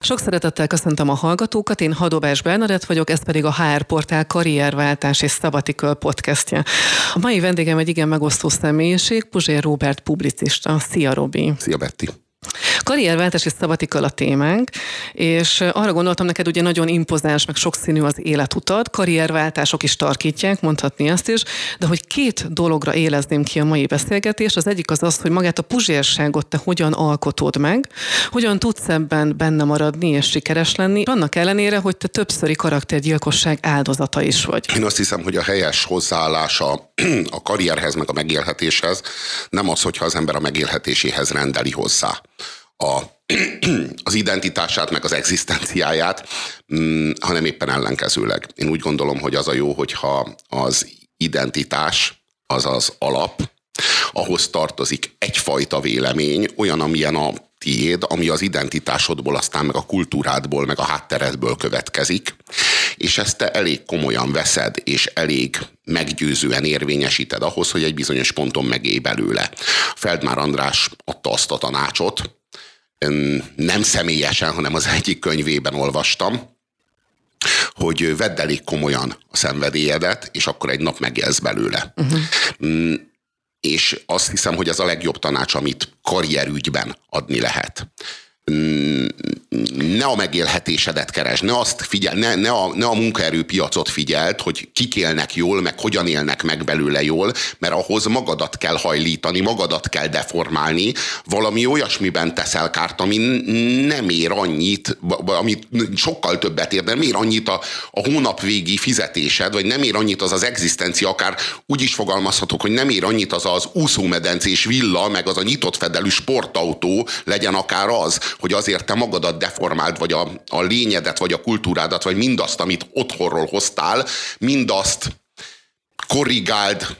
Sok szeretettel köszöntöm a hallgatókat, én Hadobás Bernadett vagyok, ez pedig a HR Portál karrierváltás és sabbatical podcastje. A mai vendégem egy igen megosztó személyiség, Puzsér Róbert publicista. Szia, Robi! Szia, Betty! Karrierváltás és sabbatical a témánk, és arra gondoltam, neked ugye nagyon impozáns, meg sokszínű az életutad, karrierváltások is tarkítják, mondhatni azt is, de hogy két dologra élezném ki a mai beszélgetést, az egyik az, hogy magát a puzsérságot te hogyan alkotod meg, hogyan tudsz ebben benne maradni és sikeres lenni, annak ellenére, hogy te többszöri karaktergyilkosság áldozata is vagy. Én azt hiszem, hogy a helyes hozzáállása a karrierhez, meg a megélhetéshez nem az, hogyha az ember a megélhetéséhez rendeli hozzá az identitását, meg az egzisztenciáját, hanem éppen ellenkezőleg. Én úgy gondolom, hogy az a jó, hogyha az identitás, az az alap, ahhoz tartozik egyfajta vélemény, olyan, amilyen a tiéd, ami az identitásodból, aztán meg a kultúrádból, meg a hátteredből következik, és ezt te elég komolyan veszed, és elég meggyőzően érvényesíted ahhoz, hogy egy bizonyos ponton megélj belőle. Feldmár András adta azt a tanácsot, nem személyesen, hanem az egyik könyvében olvastam, hogy vedd elég komolyan a szenvedélyedet, és akkor egy nap megélsz belőle. És azt hiszem, hogy ez a legjobb tanács, amit karrierügyben adni lehet. Ne a megélhetésedet keresd, ne azt figyel, ne a munkaerőpiacot figyeld, hogy kik élnek jól, meg hogyan élnek meg belőle jól, mert ahhoz magadat kell hajlítani, magadat kell deformálni, valami olyasmiben teszel kárt, ami nem ér annyit, amit sokkal többet ér, de nem ér annyit a hónap végi fizetésed, vagy nem ér annyit az az egzisztencia, akár úgy is fogalmazhatok, hogy nem ér annyit az úszómedencés villa, meg az a nyitott fedelű sportautó, legyen akár az, hogy azért te magadat deformáld, vagy a lényedet, vagy a kultúrádat, vagy mindazt, amit otthonról hoztál, mindazt korrigáld,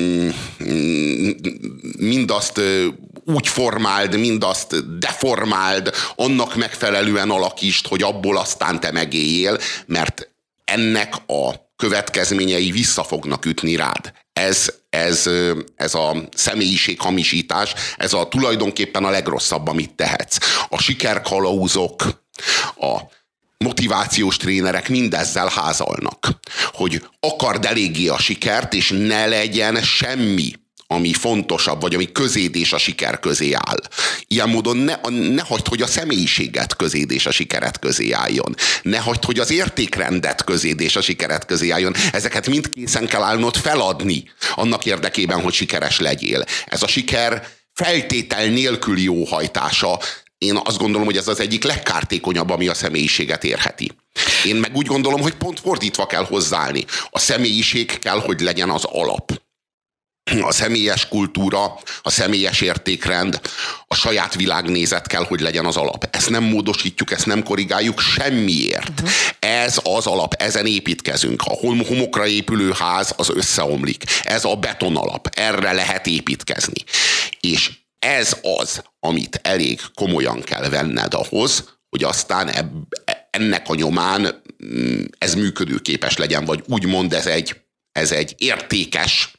mindazt úgy formáld, mindazt deformáld, annak megfelelően alakítsd, hogy abból aztán te megéljél, mert ennek a következményei vissza fognak ütni rád. Ez a személyiséghamisítás, ez a tulajdonképpen a legrosszabb, amit tehetsz. A sikerkalauzok, a motivációs trénerek mindezzel házalnak, hogy akard eléggé a sikert, és ne legyen semmi, ami fontosabb, vagy ami közéd és a siker közé áll. Ilyen módon ne hagyd, hogy a személyiséget közéd és a sikered közé álljon. Ne hagyd, hogy az értékrendet közéd és a sikered közé álljon. Ezeket mind készen kell állnod feladni annak érdekében, hogy sikeres legyél. Ez a siker feltétel nélküli óhajtása. Én azt gondolom, hogy ez az egyik legkártékonyabb, ami a személyiséget érheti. Én meg úgy gondolom, hogy pont fordítva kell hozzáállni. A személyiség kell, hogy legyen az alap. A személyes kultúra, a személyes értékrend, a saját világnézet kell, hogy legyen az alap. Ezt nem módosítjuk, ezt nem korrigáljuk semmiért. Ez az alap, ezen építkezünk. A homokra épülő ház az összeomlik. Ez a betonalap, erre lehet építkezni. És ez az, amit elég komolyan kell venned ahhoz, hogy aztán ennek a nyomán ez működőképes legyen, vagy úgymond ez egy értékes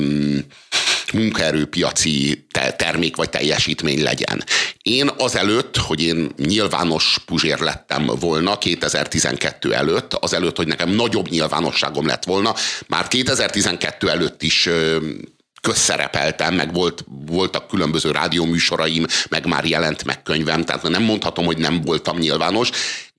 munkaerőpiaci termék vagy teljesítmény legyen. Én azelőtt, hogy én nyilvános Puzsér lettem volna 2012 előtt, azelőtt, hogy nekem nagyobb nyilvánosságom lett volna, már 2012 előtt is közszerepeltem, meg voltak különböző rádióműsoraim, meg már jelent meg könyvem, tehát nem mondhatom, hogy nem voltam nyilvános.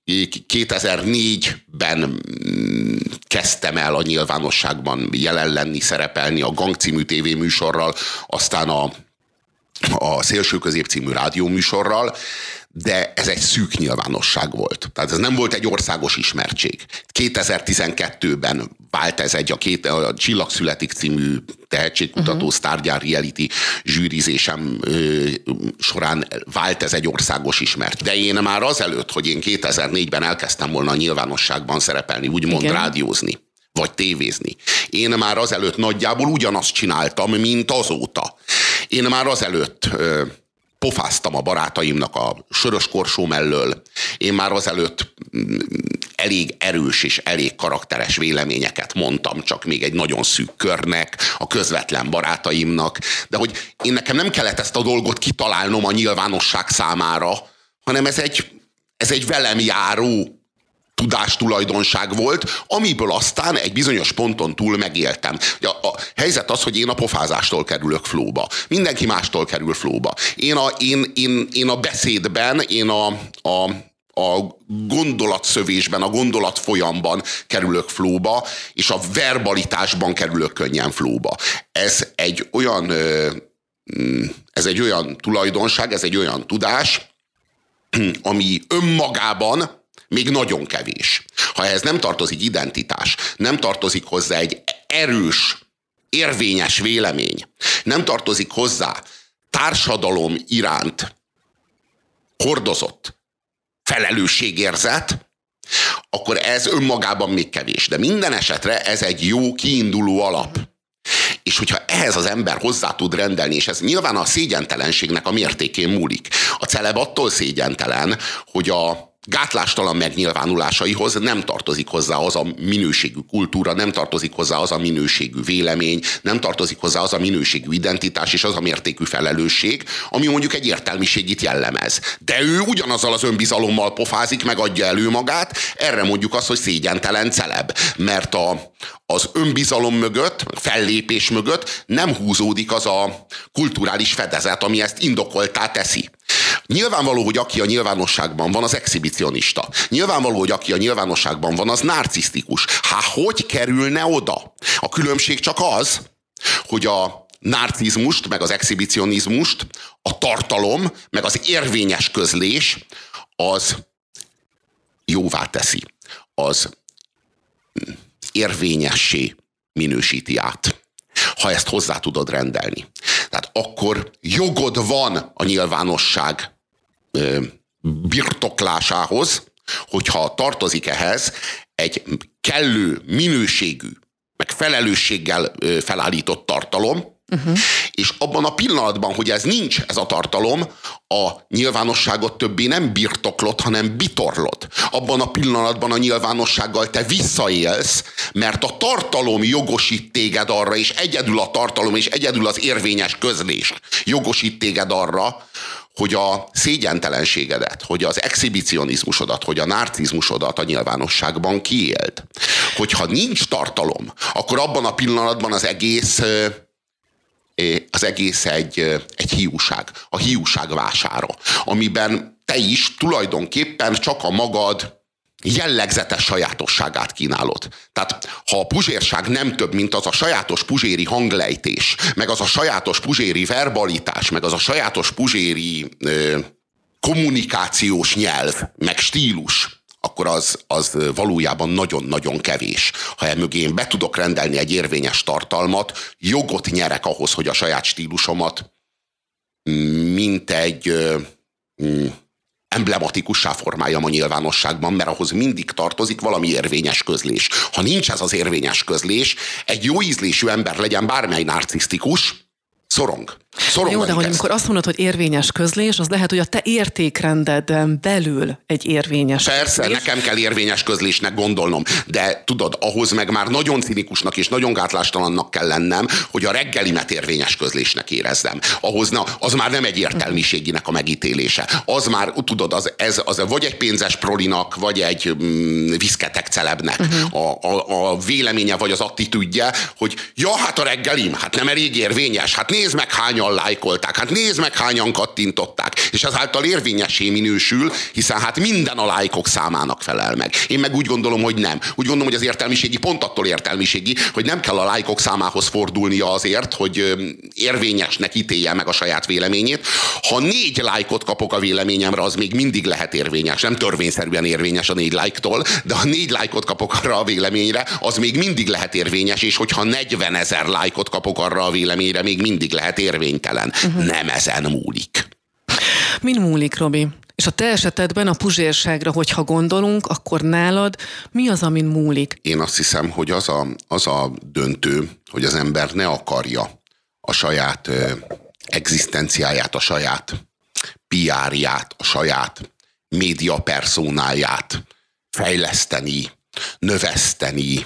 2004-ben kezdtem el a nyilvánosságban jelen lenni, szerepelni a Gang című tévéműsorral, aztán a Szélső Közép című rádióműsorral, de ez egy szűk nyilvánosság volt. Tehát ez nem volt egy országos ismertség. 2012-ben vált ez a Csillag születik című tehetségkutató sztárgyár reality zsűrizésem során vált ez egy országos ismert. De én már azelőtt, hogy én 2004-ben elkezdtem volna a nyilvánosságban szerepelni, úgymond rádiózni, vagy tévézni. Én már azelőtt nagyjából ugyanazt csináltam, mint azóta. Én már azelőtt pofáztam a barátaimnak a sörös korsó mellől. Én már azelőtt elég erős és elég karakteres véleményeket mondtam, csak még egy nagyon szűk körnek, a közvetlen barátaimnak. De hogy nekem nem kellett ezt a dolgot kitalálnom a nyilvánosság számára, hanem ez egy velem járó tudástulajdonság volt, amiből aztán egy bizonyos ponton túl megéltem. A helyzet az, hogy én a pofázástól kerülök flóba. Mindenki mástól kerül flóba. Én a beszédben, én a gondolatszövésben, a gondolatfolyamban kerülök flóba, és a verbalitásban kerülök könnyen flóba. Ez egy olyan tulajdonság, ez egy olyan tudás, ami önmagában még nagyon kevés. Ha ehhez nem tartozik identitás, nem tartozik hozzá egy erős, érvényes vélemény, nem tartozik hozzá társadalom iránt hordozott felelősségérzet, akkor ez önmagában még kevés. De minden esetre ez egy jó kiinduló alap. És hogyha ehhez az ember hozzá tud rendelni, és ez nyilván a szégyentelenségnek a mértékén múlik. A celeb attól szégyentelen, hogy a gátlástalan megnyilvánulásaihoz nem tartozik hozzá az a minőségű kultúra, nem tartozik hozzá az a minőségű vélemény, nem tartozik hozzá az a minőségű identitás és az a mértékű felelősség, ami mondjuk egy értelmiségit jellemez. De ő ugyanazzal az önbizalommal pofázik, megadja elő magát, erre mondjuk azt, hogy szégyentelen celeb. Mert az önbizalom mögött, fellépés mögött nem húzódik az a kulturális fedezet, ami ezt indokoltá teszi. Nyilvánvaló, hogy aki a nyilvánosságban van, az exhibicionista. Nyilvánvaló, hogy aki a nyilvánosságban van, az narcisztikus. Hogy kerülne oda? A különbség csak az, hogy a narcizmust, meg az exhibicionizmust, a tartalom, meg az érvényes közlés, az jóvá teszi. Az érvényessé minősíti át. Ha ezt hozzá tudod rendelni. Tehát akkor jogod van a nyilvánosság birtoklásához, hogyha tartozik ehhez egy kellő minőségű, meg felelősséggel felállított tartalom, és abban a pillanatban, hogy ez nincs, ez a tartalom, a nyilvánosságot többé nem birtoklod, hanem bitorlod. Abban a pillanatban a nyilvánossággal te visszaélsz, mert a tartalom jogosít téged arra, és egyedül a tartalom, és egyedül az érvényes közlés jogosít téged arra, hogy a szégyentelenségedet, hogy az exhibicionizmusodat, hogy a narcizmusodat a nyilvánosságban kiéld. Hogyha nincs tartalom, akkor abban a pillanatban az egész egy hiúság, a hiúság vására, amiben te is tulajdonképpen csak a magad jellegzetes sajátosságát kínálod. Tehát ha a puzsérság nem több, mint az a sajátos puzséri hanglejtés, meg az a sajátos puzséri verbalitás, meg az a sajátos puzséri kommunikációs nyelv, meg stílus, akkor az valójában nagyon-nagyon kevés. Ha emögé én be tudok rendelni egy érvényes tartalmat, jogot nyerek ahhoz, hogy a saját stílusomat mint egy emblematikussá formáljam a nyilvánosságban, mert ahhoz mindig tartozik valami érvényes közlés. Ha nincs ez az érvényes közlés, egy jó ízlésű ember legyen bármely narcisztikus, szorong. Jó, de hogy amikor azt mondod, hogy érvényes közlés, az lehet, hogy a te értékrendeden belül egy érvényes Persze, közlés. Nekem kell érvényes közlésnek gondolnom, de tudod, ahhoz meg már nagyon cinikusnak és nagyon gátlástalannak kell lennem, hogy a reggelimet érvényes közlésnek érezzem. Ahhoz az már nem egy értelmiséginek a megítélése. Az már, tudod, az vagy egy pénzes prolinak, vagy egy viszketek celebnek a véleménye, vagy az attitűdje, hogy ja, hát a reggelim, hát nem elég érvényes, hát nézd meg, hányan lájkolták, hát nézd meg, hányan kattintották, és ezáltal érvényessé minősül, hiszen hát minden a lájkok számának felel meg. Én meg úgy gondolom, hogy nem. Úgy gondolom, hogy az értelmiségi pont attól értelmiségi, hogy nem kell a lájkok számához fordulnia azért, hogy érvényesnek ítélje meg a saját véleményét. Ha 4 lájkot kapok a véleményemre, az még mindig lehet érvényes. Nem törvényszerűen érvényes a 4 lájktól, de ha 4 lájkot kapok arra a véleményre, az még mindig lehet érvényes, és hogyha 40 000 lájkot kapok arra a véleményre, még mindig lehet érvénytelen. Nem ezen múlik. Min múlik, Robi? És a te esetedben a puzsérságra, hogyha gondolunk, akkor nálad mi az, amin múlik? Én azt hiszem, hogy az a döntő, hogy az ember ne akarja a saját egzisztenciáját, a saját PR-ját, a saját média personáját fejleszteni, növeszteni,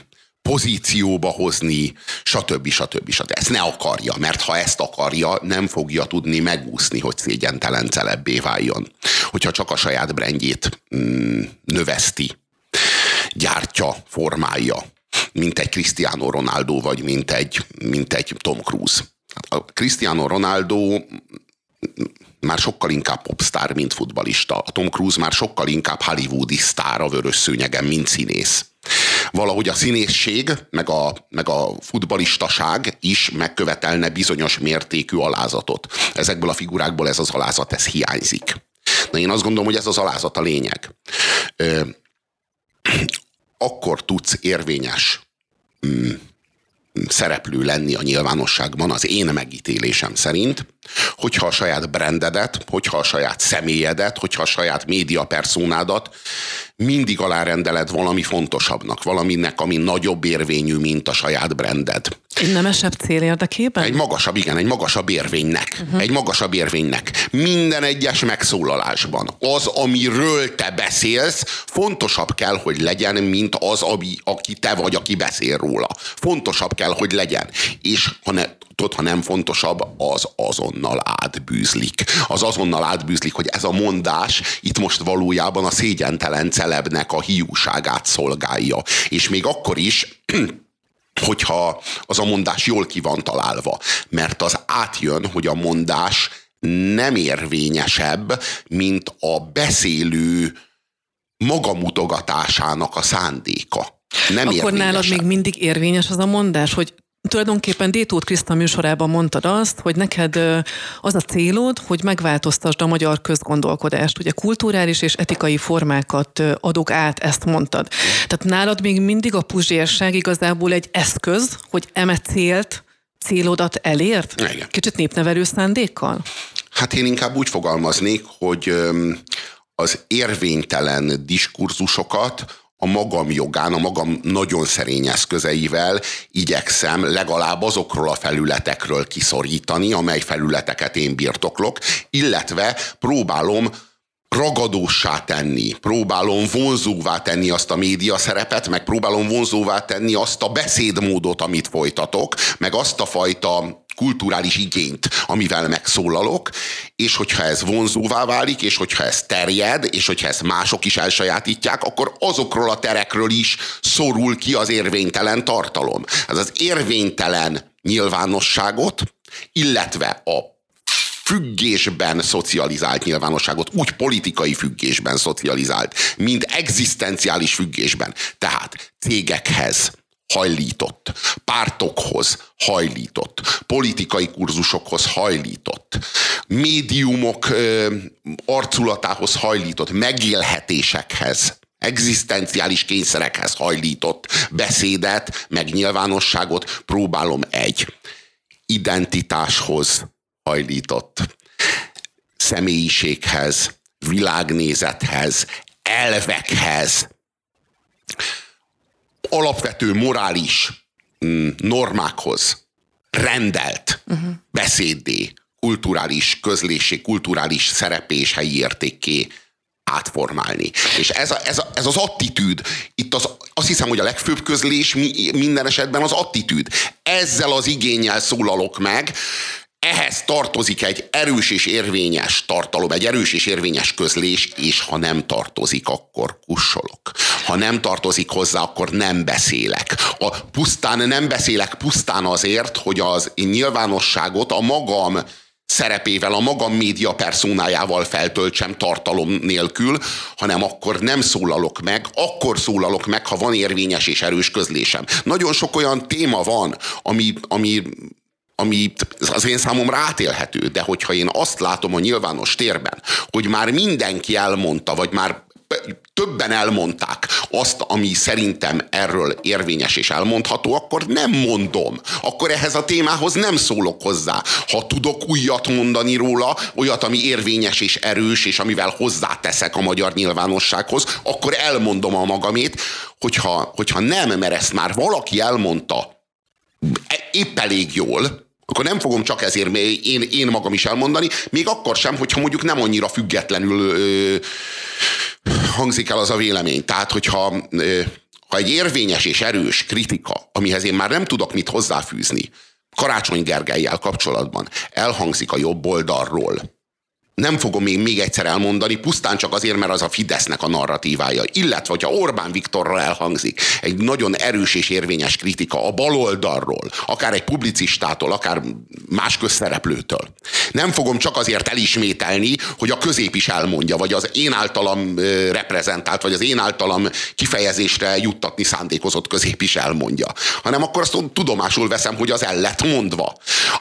pozícióba hozni, stb. Ezt ne akarja, mert ha ezt akarja, nem fogja tudni megúszni, hogy szégyentelen celebbé váljon. Hogyha csak a saját brandjét növeszti, gyártja, formálja, mint egy Cristiano Ronaldo, vagy mint egy Tom Cruise. A Cristiano Ronaldo már sokkal inkább popstar, mint futballista. A Tom Cruise már sokkal inkább hollywoodi sztár a vörös szőnyegen, mint színész. Valahogy a színészség, meg a futballistaság is megkövetelne bizonyos mértékű alázatot. Ezekből a figurákból ez az alázat, ez hiányzik. Na én azt gondolom, hogy ez az alázat a lényeg. Akkor tudsz érvényes szereplő lenni a nyilvánosságban, az én megítélésem szerint, hogyha a saját brandedet, hogyha a saját személyedet, hogyha a saját média personádat mindig alárendeled valami fontosabbnak, valaminek, ami nagyobb érvényű, mint a saját branded. Egy nemesebb cél érdekében? Egy magasabb érvénynek. Egy magasabb érvénynek. Minden egyes megszólalásban az, amiről te beszélsz, fontosabb kell, hogy legyen, mint az, aki te vagy, aki beszél róla. Fontosabb kell, hogy legyen. És ha nem fontosabb, az azonnal átbűzlik. Az azonnal átbűzlik, hogy ez a mondás itt most valójában a szégyentelen celebnek a hiúságát szolgálja. És még akkor is, hogyha az a mondás jól ki van találva. Mert az átjön, hogy a mondás nem érvényesebb, mint a beszélő magamutogatásának a szándéka. Nem akkor nálad még mindig érvényes az a mondás, hogy tulajdonképpen D. Tóth Kriszta műsorában mondtad azt, hogy neked az a célod, hogy megváltoztasd a magyar közgondolkodást. Ugye kulturális és etikai formákat adok át, ezt mondtad. Tehát nálad még mindig a puzsérság igazából egy eszköz, hogy célodat elért? Igen. Kicsit népnevelő szándékkal? Hát én inkább úgy fogalmaznék, hogy az érvénytelen diskurzusokat a magam jogán, a magam nagyon szerény eszközeivel igyekszem legalább azokról a felületekről kiszorítani, amely felületeket én birtoklok, illetve próbálom ragadóssá tenni, próbálom vonzóvá tenni azt a média szerepet, meg próbálom vonzóvá tenni azt a beszédmódot, amit folytatok, meg azt a fajta kulturális igényt, amivel megszólalok, és hogyha ez vonzóvá válik, és hogyha ez terjed, és hogyha ezt mások is elsajátítják, akkor azokról a terekről is szorul ki az érvénytelen tartalom. Ez az érvénytelen nyilvánosságot, illetve a függésben szocializált nyilvánosságot, úgy politikai függésben szocializált, mint egzisztenciális függésben. Tehát cégekhez hajlított, pártokhoz hajlított, politikai kurzusokhoz hajlított, médiumok arculatához hajlított, megélhetésekhez, egzisztenciális kényszerekhez hajlított beszédet, meg nyilvánosságot próbálom egy identitáshoz hajlított személyiséghez, világnézethez, elvekhez, alapvető morális normákhoz rendelt beszéddé, kulturális közléssé, kulturális szerepé és helyi értékké átformálni. És ez az attitűd, itt azt hiszem, hogy a legfőbb közlés minden esetben az attitűd. Ezzel az igénnyel szólalok meg, ehhez tartozik egy erős és érvényes tartalom, egy erős és érvényes közlés, és ha nem tartozik, akkor kussolok. Ha nem tartozik hozzá, akkor nem beszélek. Nem beszélek pusztán azért, hogy az nyilvánosságot a magam szerepével, a magam média personájával feltöltsem tartalom nélkül, hanem akkor nem szólalok meg, akkor szólalok meg, ha van érvényes és erős közlésem. Nagyon sok olyan téma van, ami az én számomra átélhető, de hogyha én azt látom a nyilvános térben, hogy már mindenki elmondta, vagy már többen elmondták azt, ami szerintem erről érvényes és elmondható, akkor nem mondom. Akkor ehhez a témához nem szólok hozzá. Ha tudok újat mondani róla, olyat, ami érvényes és erős, és amivel hozzáteszek a magyar nyilvánossághoz, akkor elmondom a magamét, hogyha nem, mert ezt már valaki elmondta épp elég jól, akkor nem fogom csak ezért én magam is elmondani, még akkor sem, hogyha mondjuk nem annyira függetlenül hangzik el az a vélemény. Tehát, hogyha ha egy érvényes és erős kritika, amihez én már nem tudok mit hozzáfűzni, Karácsony Gergellyel kapcsolatban elhangzik a jobb oldalról, nem fogom még egyszer elmondani, pusztán csak azért, mert az a Fidesznek a narratívája. Illetve, hogyha Orbán Viktorral elhangzik egy nagyon erős és érvényes kritika a baloldalról, akár egy publicistától, akár más közszereplőtől. Nem fogom csak azért elismételni, hogy a közép is elmondja, vagy az én általam reprezentált, vagy az én általam kifejezésre juttatni szándékozott közép is elmondja. Hanem akkor azt tudomásul veszem, hogy az el lett mondva.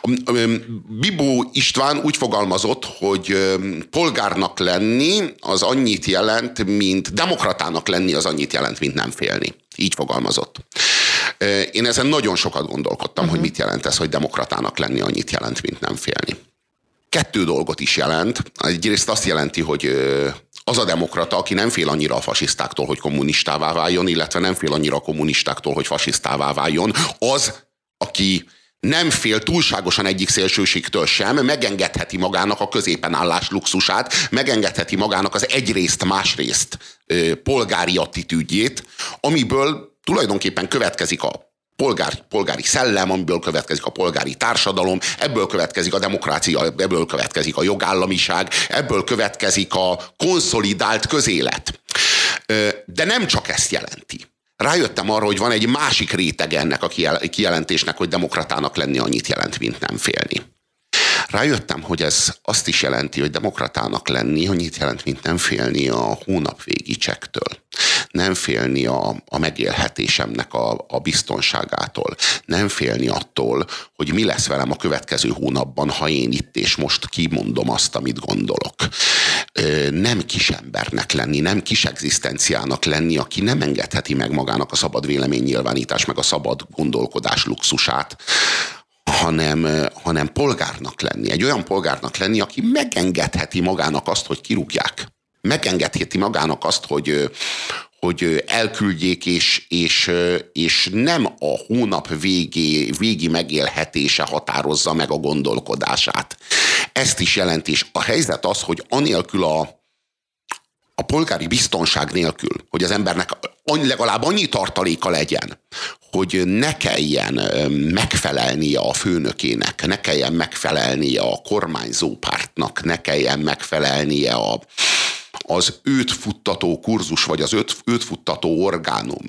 Bibó István úgy fogalmazott, hogy polgárnak lenni az annyit jelent, mint demokratának lenni az annyit jelent, mint nem félni. Így fogalmazott. Én ezen nagyon sokat gondolkodtam, hogy mit jelent ez, hogy demokratának lenni annyit jelent, mint nem félni. 2 dolgot is jelent. Egyrészt azt jelenti, hogy az a demokrata, aki nem fél annyira a fasisztáktól, hogy kommunistává váljon, illetve nem fél annyira a kommunistáktól, hogy fasisztává váljon, az, aki nem fél túlságosan egyik szélsőségtől sem, megengedheti magának a középen állás luxusát, megengedheti magának az egyrészt, másrészt polgári attitűdjét, amiből tulajdonképpen következik a polgári szellem, amiből következik a polgári társadalom, ebből következik a demokrácia, ebből következik a jogállamiság, ebből következik a konszolidált közélet. De nem csak ezt jelenti. Rájöttem arra, hogy van egy másik rétege ennek a kijelentésnek, hogy demokratának lenni annyit jelent, mint nem félni. Rájöttem, hogy ez azt is jelenti, hogy demokratának lenni annyit jelent, mint nem félni a hónapvégi csektől. Nem félni a megélhetésemnek a biztonságától. Nem félni attól, hogy mi lesz velem a következő hónapban, ha én itt és most kimondom azt, amit gondolok. Nem kisembernek lenni, nem kis egzisztenciának lenni, aki nem engedheti meg magának a szabad véleménynyilvánítás, meg a szabad gondolkodás luxusát, hanem polgárnak lenni. Egy olyan polgárnak lenni, aki megengedheti magának azt, hogy kirúgják. Megengedheti magának azt, hogy elküldjék, és nem a hónap végi megélhetése határozza meg a gondolkodását. Ezt is jelenti, és a helyzet az, hogy anélkül a polgári biztonság nélkül, hogy az embernek legalább annyi tartaléka legyen, hogy ne kelljen megfelelnie a főnökének, ne kelljen megfelelnie a kormányzó pártnak, ne kelljen megfelelnie az őt futtató kurzus, vagy az őt futtató orgánum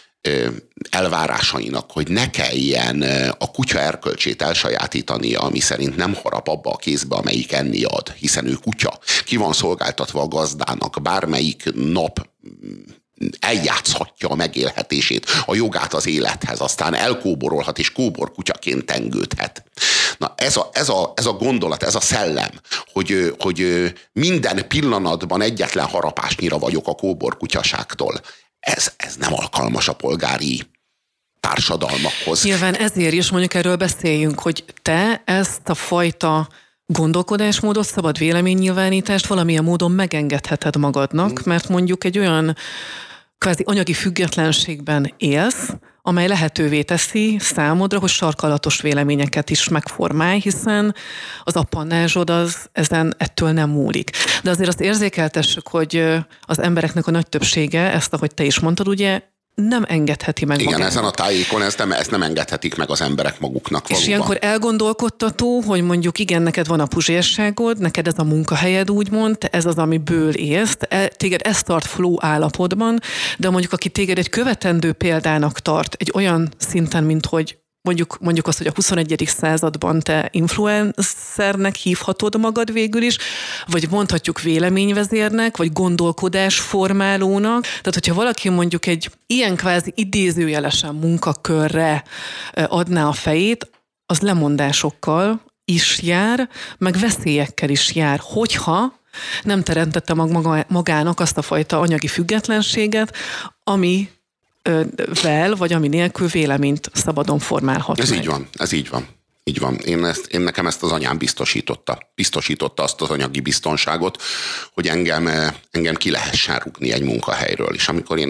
elvárásainak, hogy ne kelljen a kutya erkölcsét elsajátítania, ami szerint nem harap abba a kézbe, amelyik enni ad, hiszen ő kutya. Ki van szolgáltatva a gazdának, bármelyik nap eljátszhatja a megélhetését, a jogát az élethez, aztán elkóborolhat és kóborkutyaként tengődhet. Na ez a gondolat, ez a szellem, hogy minden pillanatban egyetlen harapásnyira vagyok a kóborkutyaságtól, ez nem alkalmas a polgári társadalmakhoz. Nyilván ezért is mondjuk erről beszéljünk, hogy te ezt a fajta gondolkodásmódot, szabad véleménynyilvánítást valamilyen módon megengedheted magadnak, mert mondjuk egy olyan kvázi anyagi függetlenségben élsz, amely lehetővé teszi számodra, hogy sarkalatos véleményeket is megformálj, hiszen az appanázsod ettől nem múlik. De azért azt érzékeltessük, hogy az embereknek a nagy többsége, ezt, ahogy te is mondtad, ugye nem engedheti meg magának. Igen, ezen a tájékon ezt nem engedhetik meg az emberek maguknak valóban. És ilyenkor elgondolkodtató, hogy mondjuk igen, neked van a puzsérságod, neked ez a munkahelyed úgymond, te ez az, amiből élsz, téged ez tart flow állapotban, de mondjuk aki téged egy követendő példának tart, egy olyan szinten, mint hogy mondjuk azt, hogy a 21. században te influencernek hívhatod magad végül is, vagy mondhatjuk véleményvezérnek, vagy gondolkodásformálónak. Tehát, hogyha valaki mondjuk egy ilyen kvázi idézőjelesen munkakörre adná a fejét, az lemondásokkal is jár, meg veszélyekkel is jár, hogyha nem teremtette magának azt a fajta anyagi függetlenséget, ami vagy ami nélkül véleményt szabadon formálhat. Ez így van. Én nekem ezt az anyám biztosította azt az anyagi biztonságot, hogy engem ki lehessen rúgni egy munkahelyről. És amikor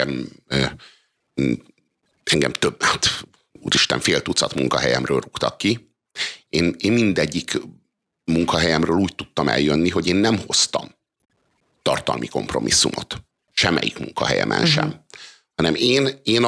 engem több, úristen, fél tucat munkahelyemről rúgtak ki, én mindegyik munkahelyemről úgy tudtam eljönni, hogy én nem hoztam tartalmi kompromisszumot. Semmelyik munkahelyemen sem. hanem én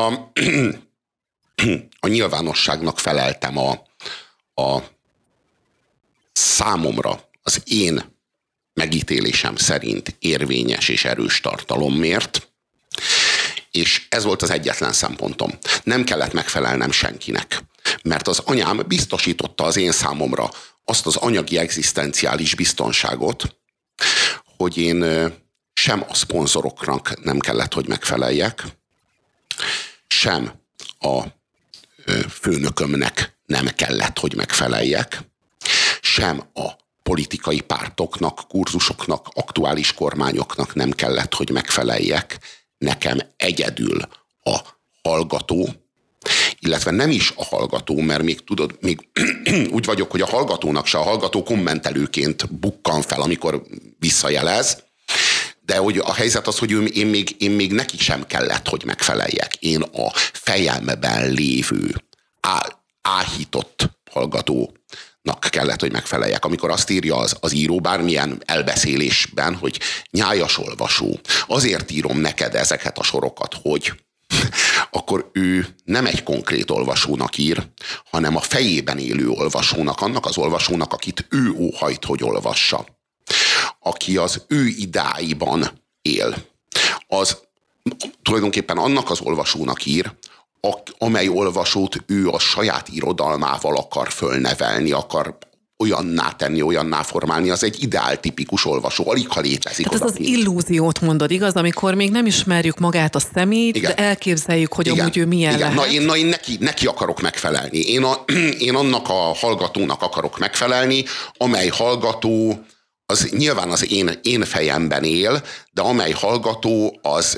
a nyilvánosságnak feleltem a számomra, az én megítélésem szerint érvényes és erős tartalomért, és ez volt az egyetlen szempontom. Nem kellett megfelelnem senkinek, mert az anyám biztosította az én számomra azt az anyagi egzisztenciális biztonságot, hogy én sem a szponzoroknak nem kellett, hogy megfeleljek, sem a főnökömnek nem kellett, hogy megfeleljek, sem a politikai pártoknak, kurzusoknak, aktuális kormányoknak nem kellett, hogy megfeleljek. Nekem egyedül a hallgató, illetve nem is a hallgató, mert még tudod, még úgy vagyok, hogy a hallgatónak se, a hallgató kommentelőként bukkan fel, amikor visszajelez, de hogy a helyzet az, hogy én még neki sem kellett, hogy megfeleljek. Én a fejemben lévő, áhított hallgatónak kellett, hogy megfeleljek. Amikor azt írja az író bármilyen elbeszélésben, hogy nyájas olvasó, azért írom neked ezeket a sorokat, hogy akkor ő nem egy konkrét olvasónak ír, hanem a fejében élő olvasónak, annak az olvasónak, akit ő óhajt, hogy olvassa. Aki az ő idáiban él. Az tulajdonképpen annak az olvasónak ír, amely olvasót ő a saját irodalmával akar fölnevelni, akar olyanná tenni, olyanná formálni, az egy ideáltipikus olvasó, aligha létezik. Tehát ez az illúziót mondod, igaz? Amikor még nem ismerjük magát a személyt, igen, de elképzeljük, hogy amúgy ő milyen igen. lehet. Én neki akarok megfelelni. Én annak a hallgatónak akarok megfelelni, amely hallgató az nyilván az én fejemben él, de amely hallgató az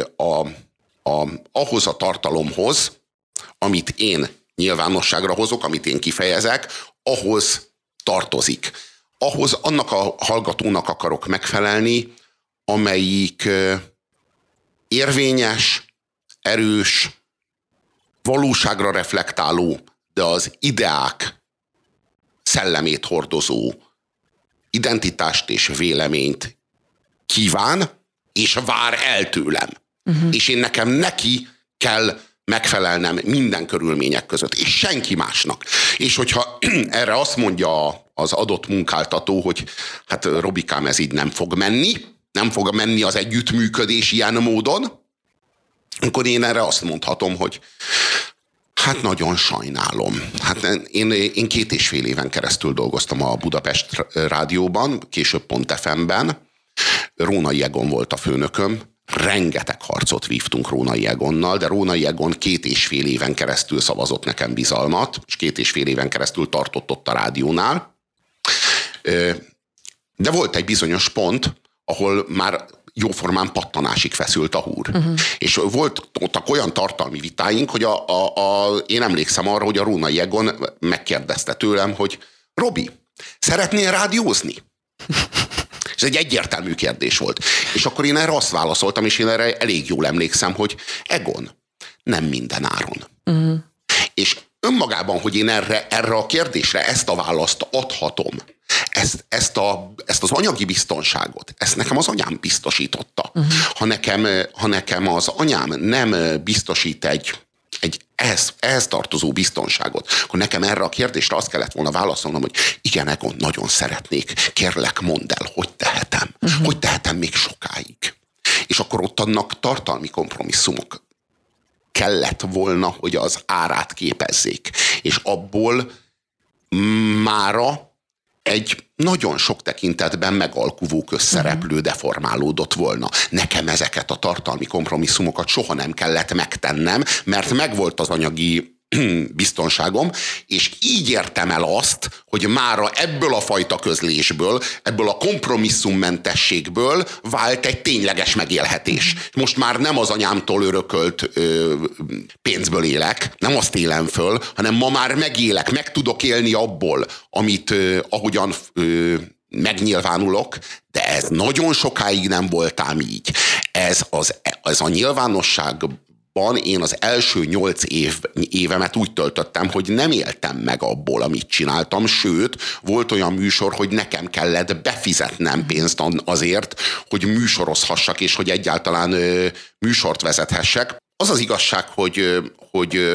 ahhoz a tartalomhoz, amit én nyilvánosságra hozok, amit én kifejezek, ahhoz tartozik. Annak a hallgatónak akarok megfelelni, amelyik érvényes, erős, valóságra reflektáló, de az ideák szellemét hordozó identitást és véleményt kíván, és vár el tőlem. És én neki kell megfelelnem minden körülmények között, és senki másnak. És hogyha erre azt mondja az adott munkáltató, hogy hát Robikám, ez így nem fog menni az együttműködés ilyen módon, akkor én erre azt mondhatom, hogy hát nagyon sajnálom. Hát én 2,5 éven keresztül dolgoztam a Budapest Rádióban, később Pont FM-ben. Rónai Egon volt a főnököm. Rengeteg harcot vívtunk Rónai Egonnal, de Rónai Egon 2,5 éven keresztül szavazott nekem bizalmat, és 2,5 éven keresztül tartott ott a rádiónál. De volt egy bizonyos pont, ahol már jóformán pattanásig feszült a húr. És voltak olyan tartalmi vitáink, hogy én emlékszem arra, hogy a Rónai Egon megkérdezte tőlem, hogy Robi, szeretnél rádiózni? Ez egy egyértelmű kérdés volt. És akkor én erre azt válaszoltam, és én erre elég jól emlékszem, hogy Egon, nem minden áron. És önmagában, hogy én erre a kérdésre ezt a választ adhatom, ezt az anyagi biztonságot, ezt nekem az anyám biztosította. Ha nekem az anyám nem biztosít egy ehhez tartozó biztonságot, akkor nekem erre a kérdésre azt kellett volna válaszolnom, hogy igen, Egon, nagyon szeretnék, kérlek, mondd el, hogy tehetem. Hogy tehetem még sokáig. És akkor ott annak tartalmi kompromisszumok kellett volna, hogy az árát képezzék. És abból mára egy nagyon sok tekintetben megalkuvó közszereplő deformálódott volna. Nekem ezeket a tartalmi kompromisszumokat soha nem kellett megtennem, mert megvolt az anyagi biztonságom, és így értem el azt, hogy mára ebből a fajta közlésből, ebből a kompromisszummentességből vált egy tényleges megélhetés. Most már nem az anyámtól örökölt pénzből élek, nem azt élem föl, hanem ma már megélek, meg tudok élni abból, amit ahogyan megnyilvánulok, de ez nagyon sokáig nem voltám így. Ez a nyilvánosságban én az első 8 évemet úgy töltöttem, hogy nem éltem meg abból, amit csináltam, sőt, volt olyan műsor, hogy nekem kellett befizetnem pénzt azért, hogy műsorozhassak, és hogy egyáltalán műsort vezethessek. az az igazság, hogy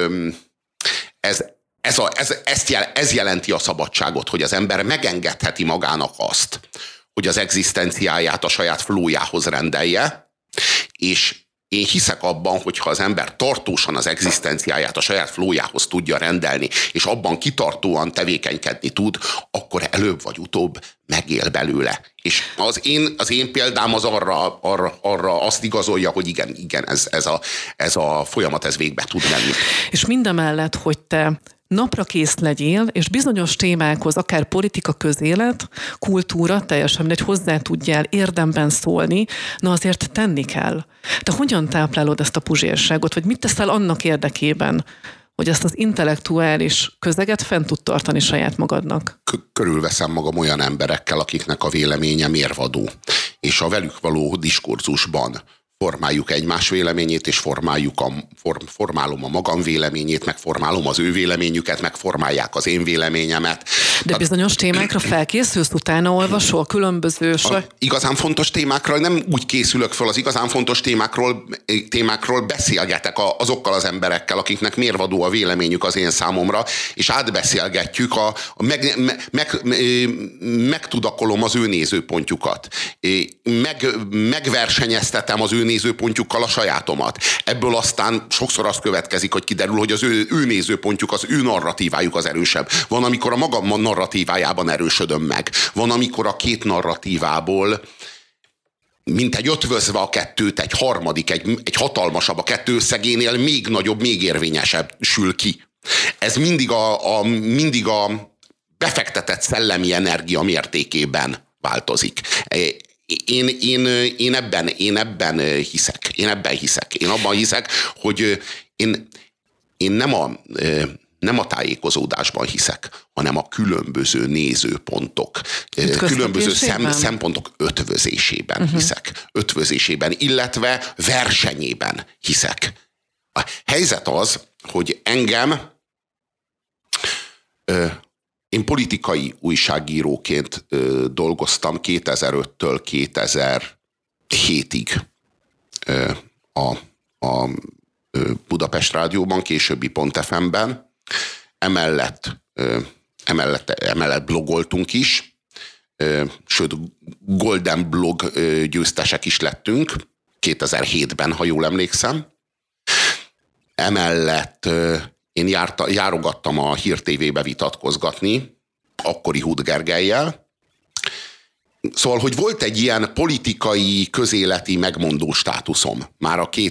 ez jelenti a szabadságot, hogy az ember megengedheti magának azt, hogy az egzisztenciáját a saját flójához rendelje, és én hiszek abban, hogy ha az ember tartósan az egzisztenciáját a saját flójához tudja rendelni, és abban kitartóan tevékenykedni tud, akkor előbb vagy utóbb megél belőle. És az én példám az arra azt igazolja, hogy igen, ez a folyamat ez végbe tud menni. És mindemellett, hogy te napra kész legyél, és bizonyos témákhoz, akár politika, közélet, kultúra, teljesen mindegy, hozzá tudjál érdemben szólni, na azért tenni kell. Te hogyan táplálod ezt a puzsérságot, vagy mit teszel annak érdekében, hogy ezt az intellektuális közeget fent tud tartani saját magadnak? Körülveszem magam olyan emberekkel, akiknek a véleménye mérvadó, és a velük való diskurzusban formáljuk egymás véleményét, és formálom a magam véleményét, megformálom az ő véleményüket, megformálják az én véleményemet. De bizonyos témákra felkészülsz, utána olvasol különböző... Igazán fontos témákra nem úgy készülök föl, az igazán fontos témákról beszélgetek azokkal az emberekkel, akiknek mérvadó a véleményük az én számomra, és átbeszélgetjük, megtudakolom az ő nézőpontjukat. Megversenyeztetem az ő nézőpontjukkal a sajátomat. Ebből aztán sokszor az következik, hogy kiderül, hogy az ő nézőpontjuk, az ő narratívájuk az erősebb. Van, amikor a magam narratívájában erősödöm meg. Van, amikor a két narratívából mint egy ötvözve a kettőt, egy harmadik, egy hatalmasabb, a kettő összegénél még nagyobb, még érvényesebb sül ki. Ez mindig a befektetett szellemi energia mértékében változik. Én ebben hiszek. Én abban hiszek, hogy én nem a tájékozódásban hiszek, hanem a különböző nézőpontok, különböző szempontok ötvözésében hiszek. Ötvözésében, illetve versenyében hiszek. A helyzet az, hogy én politikai újságíróként dolgoztam 2005-től 2007-ig a Budapest Rádióban, későbbi Pont FM-ben. Emellett blogoltunk is, sőt Golden Blog győztesek is lettünk 2007-ben, ha jól emlékszem. Emellett én járogattam a Hír TV-be vitatkozgatni, akkori Huth Gergellyel. Szóval, hogy volt egy ilyen politikai, közéleti megmondó státuszom már a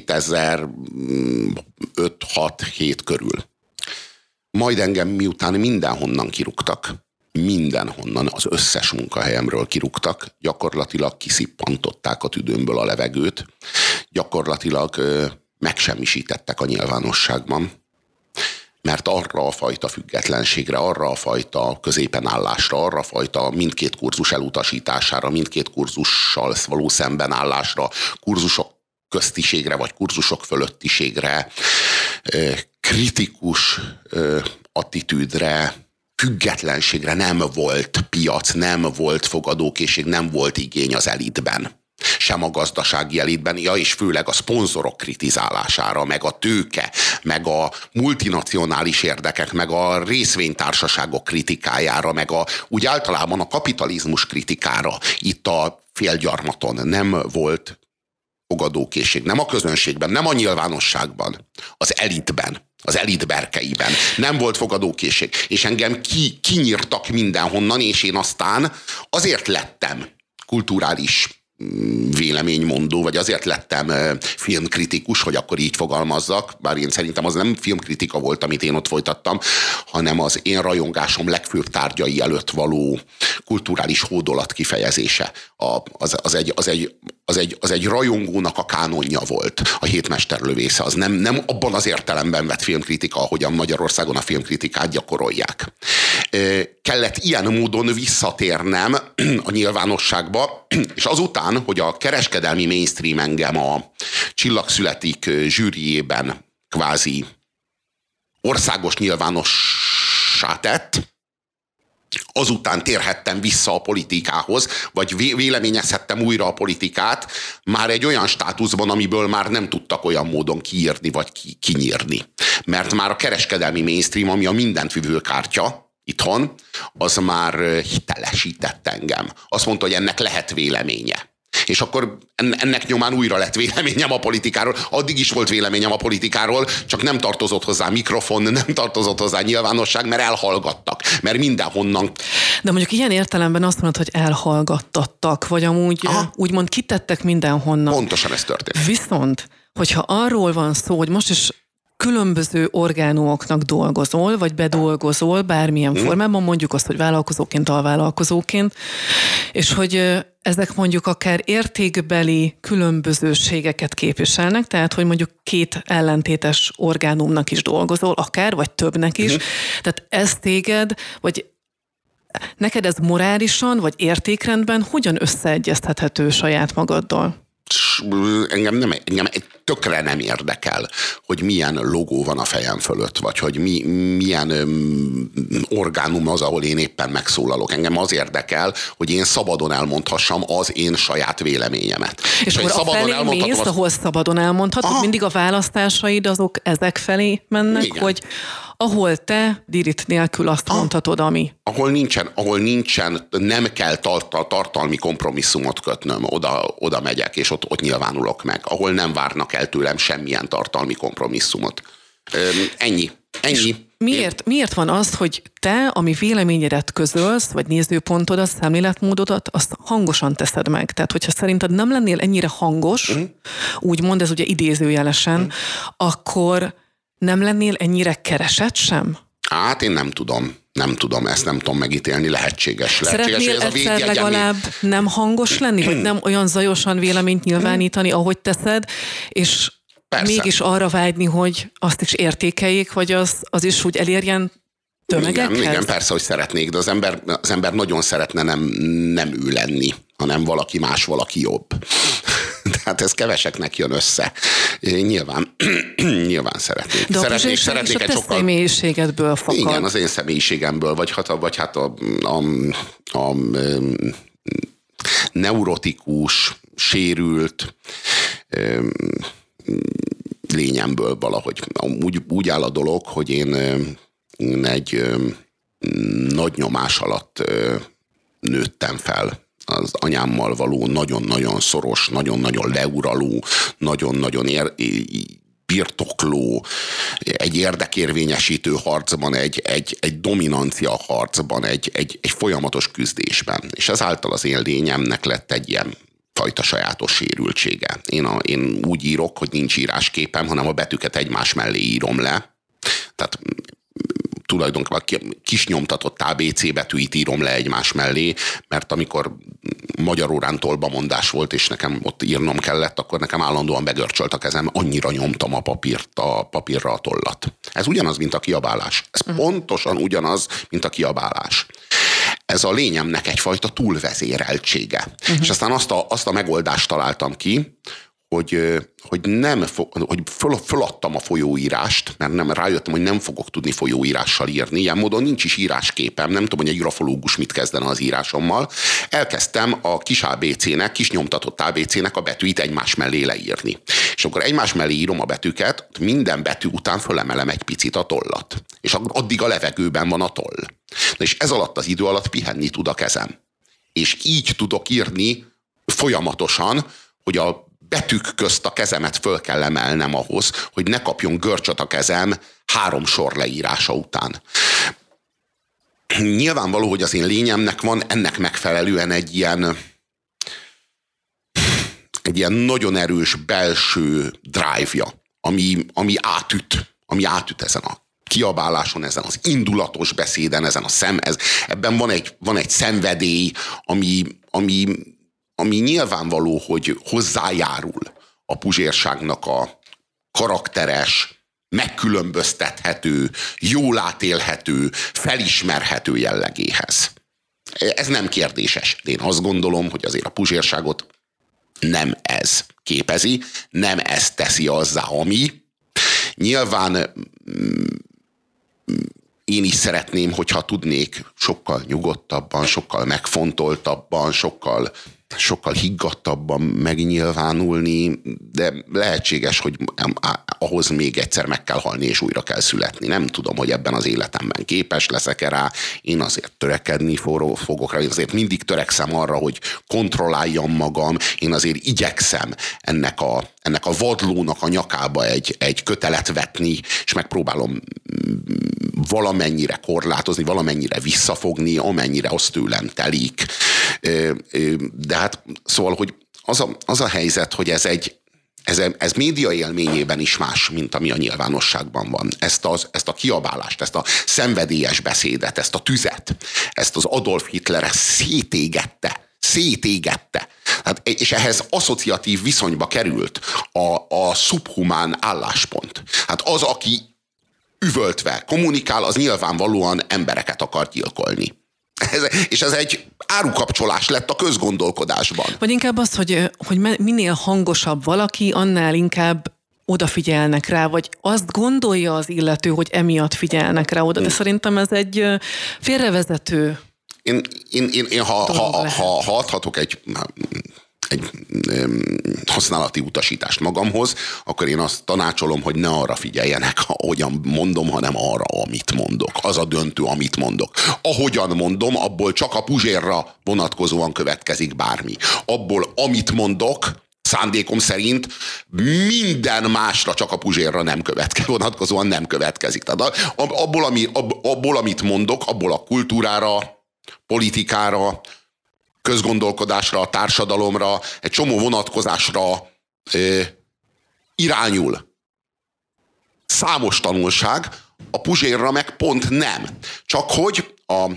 2005-6-7 körül. Majd engem miután mindenhonnan kirúgtak, mindenhonnan, az összes munkahelyemről kirúgtak, gyakorlatilag kiszippantották a tüdőmből a levegőt, gyakorlatilag megsemmisítettek a nyilvánosságban. Mert arra a fajta függetlenségre, arra a fajta középen állásra, arra a fajta mindkét kurzus elutasítására, mindkét kurzussal való szembenállásra, kurzusok köztiségre vagy kurzusok fölöttiségre, kritikus attitűdre, függetlenségre nem volt piac, nem volt fogadókészség, nem volt igény az elitben. Sem a gazdasági elitben, és főleg a szponzorok kritizálására, meg a tőke, meg a multinacionális érdekek, meg a részvénytársaságok kritikájára, meg úgy általában a kapitalizmus kritikára itt a félgyarmaton nem volt fogadókészség. Nem a közönségben, nem a nyilvánosságban, az elitben, az elit berkeiben nem volt fogadókészség. És engem kinyírtak mindenhonnan, és én aztán azért lettem kulturális véleménymondó, vagy azért lettem filmkritikus, hogy akkor így fogalmazzak, bár én szerintem az nem filmkritika volt, amit én ott folytattam, hanem az én rajongásom legfőbb tárgyai előtt való kulturális hódolat kifejezése. Az egy rajongónak a kánonja volt, a Hétmesterlövésze. Az nem abban az értelemben vett filmkritika, ahogyan Magyarországon a filmkritikát gyakorolják. Kellett ilyen módon visszatérnem a nyilvánosságba, és azután, hogy a kereskedelmi mainstream engem a Csillagszületik zsűriében kvázi országos nyilvánossá tett, azután térhettem vissza a politikához, vagy véleményezhettem újra a politikát, már egy olyan státuszban, amiből már nem tudtak olyan módon kiírni, vagy kinyírni. Mert már a kereskedelmi mainstream, ami a mindent vívő kártya itthon, az már hitelesített engem. Azt mondta, hogy ennek lehet véleménye. És akkor ennek nyomán újra lett véleményem a politikáról. Addig is volt véleményem a politikáról, csak nem tartozott hozzá mikrofon, nem tartozott hozzá nyilvánosság, mert elhallgattak. Mert mindenhonnan. De mondjuk ilyen értelemben azt mondod, hogy elhallgattattak, vagy amúgy úgymond kitettek mindenhonnan. Pontosan ez történt. Viszont, hogyha arról van szó, hogy most is különböző orgánumoknak dolgozol, vagy bedolgozol bármilyen formában, mondjuk azt, hogy vállalkozóként, alvállalkozóként, és hogy ezek mondjuk akár értékbeli különbözőségeket képviselnek, tehát, hogy mondjuk két ellentétes orgánumnak is dolgozol, akár, vagy többnek is. Tehát ez téged, vagy neked ez morálisan, vagy értékrendben hogyan összeegyeztethető saját magaddal? Engem tökre nem érdekel, hogy milyen logó van a fejem fölött, vagy hogy milyen orgánum az, ahol én éppen megszólalok. Engem az érdekel, hogy én szabadon elmondhassam az én saját véleményemet. És akkor afelé mész, ahol szabadon elmondhatod, mindig a választásaid azok ezek felé mennek, igen. Hogy ahol te dirit nélkül azt mondhatod, ami. Ahol nincsen, nem kell tartalmi kompromisszumot kötnöm, oda megyek, és ott nyilvánulok meg. Ahol nem várnak el tőlem semmilyen tartalmi kompromisszumot. Ennyi. Miért van az, hogy te, ami véleményedet közölsz, vagy nézőpontodat, szemléletmódodat, azt hangosan teszed meg? Tehát, hogyha szerinted nem lennél ennyire hangos, úgymond, ez ugye idézőjelesen, akkor nem lennél ennyire keresett sem? Hát én nem tudom, ezt nem tudom megítélni, lehetséges. Szeretnél egyszer legalább nem hangos lenni, vagy nem olyan zajosan véleményt nyilvánítani, ahogy teszed, és persze. Mégis arra vágyni, hogy azt is értékeljék, vagy az is úgy elérjen tömegekhez? Igen, persze, hogy szeretnék, de az ember nagyon szeretne nem ő lenni, hanem valaki más, valaki jobb. Tehát ez keveseknek jön össze. Nyilván szeretnék. De szeretnék egy sokkal... személyiségedből fakad. Igen, az én személyiségemből, vagy hát a neurotikus, sérült lényemből valahogy. Úgy áll a dolog, hogy én egy nagy nyomás alatt nőttem fel. Az anyámmal való nagyon-nagyon szoros, nagyon-nagyon leuraló, nagyon-nagyon birtokló, egy érdekérvényesítő harcban, egy dominancia harcban, egy folyamatos küzdésben. És ezáltal az én lényemnek lett egy ilyen fajta sajátos sérültsége. Én úgy írok, hogy nincs írásképem, hanem a betűket egymás mellé írom le. Tehát tulajdonképpen kis nyomtatott ABC betűit írom le egymás mellé, mert amikor magyar órán tolbamondás volt, és nekem ott írnom kellett, akkor nekem állandóan begörcsölt a kezem, annyira nyomtam a papírra a tollat. Ez ugyanaz, mint a kiabálás. Ez pontosan ugyanaz, mint a kiabálás. Ez a lényemnek egyfajta túlvezéreltsége. És aztán azt a megoldást találtam ki, hogy föladtam a folyóírást, mert nem rájöttem, hogy nem fogok tudni folyóírással írni. Ilyen módon nincs is írásképem, nem tudom, hogy egy grafológus mit kezdene az írásommal. Elkezdtem a kis ABC-nek, kis nyomtatott ABC-nek a betűit egymás mellé leírni. És akkor egymás mellé írom a betűket, minden betű után fölemelem egy picit a tollat. És addig a levegőben van a toll. Na és ez alatt az idő alatt pihenni tud a kezem. És így tudok írni folyamatosan, hogy a betűk közt a kezemet föl kell emelnem ahhoz, hogy ne kapjon görcsöt a kezem 3 sor leírása után. Nyilvánvaló, hogy az én lényemnek van ennek megfelelően egy ilyen nagyon erős belső drive-ja, ami átüt ezen a kiabáláson, ezen az indulatos beszéden, ezen ebben van egy szenvedély, ami nyilvánvaló, hogy hozzájárul a puzsérságnak a karakteres, megkülönböztethető, jól átélhető, felismerhető jellegéhez. Ez nem kérdéses. Én azt gondolom, hogy azért a puzsérságot nem ez képezi, nem ez teszi azzá, ami. Nyilván én is szeretném, hogyha tudnék sokkal nyugodtabban, sokkal megfontoltabban, sokkal higgadtabban megnyilvánulni, de lehetséges, hogy ahhoz még egyszer meg kell halni, és újra kell születni. Nem tudom, hogy ebben az életemben képes leszek-e rá. Én azért törekedni fogok rá, én azért mindig törekszem arra, hogy kontrolláljam magam. Én azért igyekszem ennek a vadlónak a nyakába egy kötelet vetni, és megpróbálom valamennyire korlátozni, valamennyire visszafogni, amennyire az tőlem telik. De hát szóval, hogy az a helyzet, hogy ez média élményében is más, mint ami a nyilvánosságban van. Ezt a kiabálást, ezt a szenvedélyes beszédet, ezt a tüzet, ezt az Adolf Hitler szétégette. Hát, és ehhez asszociatív viszonyba került a szubhumán álláspont. Hát az, aki üvöltve kommunikál, az nyilvánvalóan embereket akar gyilkolni. És ez egy árukapcsolás lett a közgondolkodásban. Vagy inkább az, hogy minél hangosabb valaki, annál inkább odafigyelnek rá, vagy azt gondolja az illető, hogy emiatt figyelnek rá oda. De szerintem ez egy félrevezető. Ha adhatok egy használati utasítást magamhoz, akkor én azt tanácsolom, hogy ne arra figyeljenek, ahogyan mondom, hanem arra, amit mondok. Az a döntő, amit mondok. Ahogyan mondom, abból csak a Puzsérra vonatkozóan következik bármi. Abból, amit mondok, szándékom szerint minden másra, csak a Puzsérra vonatkozóan nem következik. Tehát abból, amit mondok, abból a kultúrára, politikára, közgondolkodásra, a társadalomra, egy csomó vonatkozásra irányul. Számos tanulság, a Puzsérra meg pont nem. Csak hogy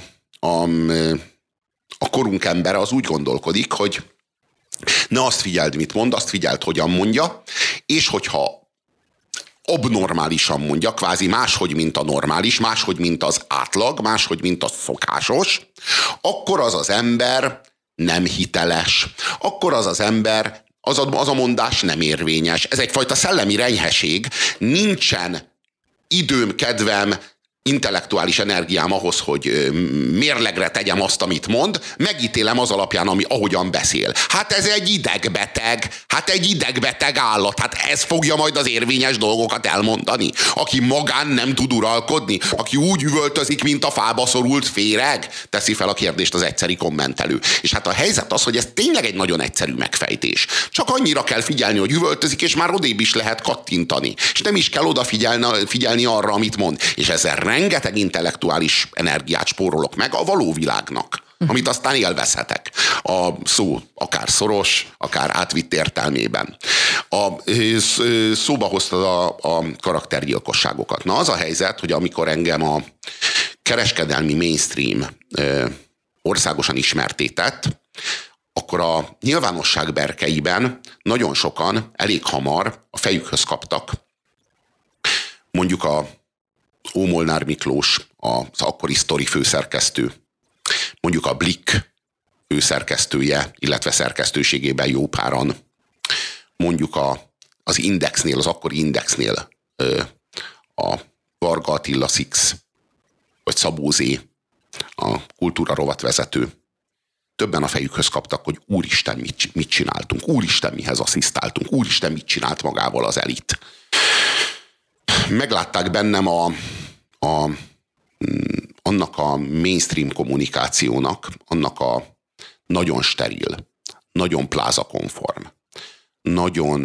a korunk embere az úgy gondolkodik, hogy ne azt figyeld, mit mond, azt figyeld, hogyan mondja, és hogyha abnormálisan mondja, kvázi máshogy, mint a normális, máshogy, mint az átlag, máshogy, mint a szokásos, akkor az ember nem hiteles. Akkor az ember, az a mondás nem érvényes. Ez egyfajta szellemi renyheség. Nincsen időm, kedvem, intellektuális energiám ahhoz, hogy mérlegre tegyem azt, amit mond, megítélem az alapján, ahogyan beszél. Hát ez egy idegbeteg állat. Hát ez fogja majd az érvényes dolgokat elmondani. Aki magán nem tud uralkodni, aki úgy üvöltözik, mint a fába szorult féreg, teszi fel a kérdést az egyszeri kommentelő. És hát a helyzet az, hogy ez tényleg egy nagyon egyszerű megfejtés. Csak annyira kell figyelni, hogy üvöltözik, és már odébb is lehet kattintani. És nem is kell odafigyelni arra, amit mond. És ezzel rengeteg intellektuális energiát spórolok meg a való világnak, amit aztán élvezhetek. A szó akár szoros, akár átvitt értelmében. Szóba hoztad a karaktergyilkosságokat. Na az a helyzet, hogy amikor engem a kereskedelmi mainstream országosan ismertté tett, akkor a nyilvánosság berkeiben nagyon sokan elég hamar a fejükhöz kaptak. Mondjuk a Molnár Miklós, az akkori Sztori főszerkesztő, mondjuk a Blick főszerkesztője, illetve szerkesztőségében jó páran, mondjuk az Indexnél, az akkori Indexnél a Varga Attila Six, vagy Szabó Zé, a kultúra rovatvezető. Többen a fejükhöz kaptak, hogy úristen, mit csináltunk, úristen, mihez asszisztáltunk, úristen, mit csinált magával az elit. Meglátták bennem annak a mainstream kommunikációnak, annak a nagyon steril, nagyon plázakonform, nagyon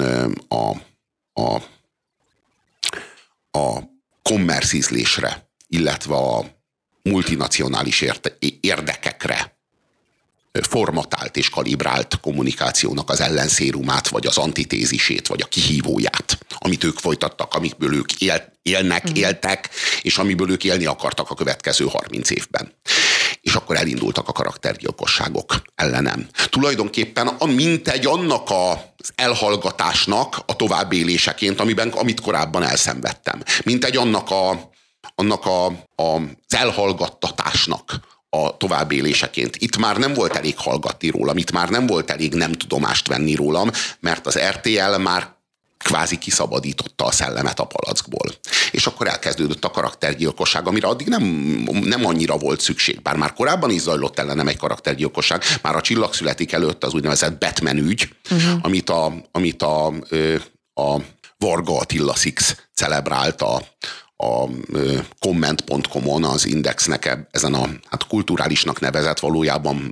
a kommerszízlésre, illetve a multinacionális érdekekre formatált és kalibrált kommunikációnak az ellenszérumát, vagy az antitézisét, vagy a kihívóját, amit ők folytattak, amikből ők éltek, és amiből ők élni akartak a következő 30 évben. És akkor elindultak a karaktergyilkosságok ellenem. Tulajdonképpen mintegy annak az elhallgatásnak a továbbéléseként, amit korábban elszenvedtem. Mintegy annak az elhallgattatásnak a továbbéléseként. Itt már nem volt elég hallgatni rólam, itt már nem volt elég nem tudomást venni rólam, mert az RTL már kvázi kiszabadította a szellemet a palackból. És akkor elkezdődött a karaktergyilkosság, amire addig nem annyira volt szükség. Bár már korábban is zajlott ellenem egy karaktergyilkosság, már a Csillag születik előtt az úgynevezett Batman ügy, amit a Varga Attila Six celebrált a comment.com-on, az Indexnek ezen a kulturálisnak nevezett valójában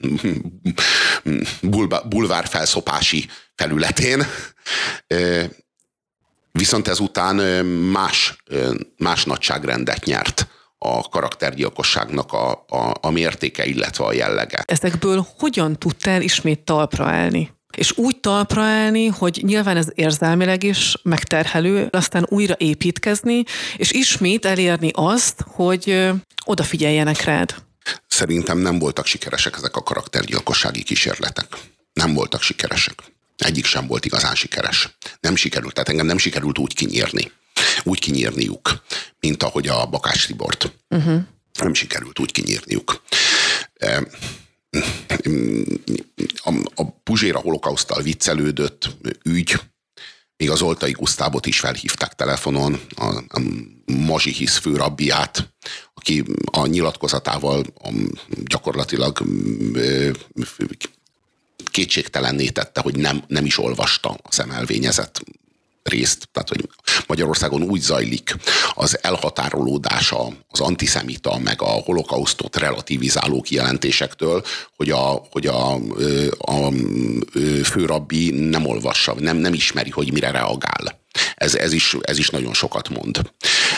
bulvárfelszopási felületén. Viszont ezután más nagyságrendet nyert a karaktergyilkosságnak a mértéke, illetve a jellege. Ezekből hogyan tudtál ismét talpra állni? És úgy talpra állni, hogy nyilván ez érzelmileg is megterhelő, aztán újra építkezni, és ismét elérni azt, hogy odafigyeljenek rád. Szerintem nem voltak sikeresek ezek a karaktergyilkossági kísérletek. Nem voltak sikeresek. Egyik sem volt igazán sikeres. Nem sikerült, tehát engem nem sikerült úgy kinyírni. Úgy kinyírniuk, mint ahogy a Bakás Tibort. Nem sikerült úgy kinyírniuk. A Puzsér a holokauszttal viccelődött ügy, még az Zoltai Gusztávot is felhívták telefonon, a Mazsihisz főrabbiát, aki a nyilatkozatával gyakorlatilag kétségtelenné tette, hogy nem is olvasta a szemelvényezett részt. Tehát, hogy Magyarországon úgy zajlik az elhatárolódása az antiszemita, meg a holokausztot relativizáló kijelentésektől, hogy a főrabbi nem olvassa, nem ismeri, hogy mire reagál. Ez is nagyon sokat mond.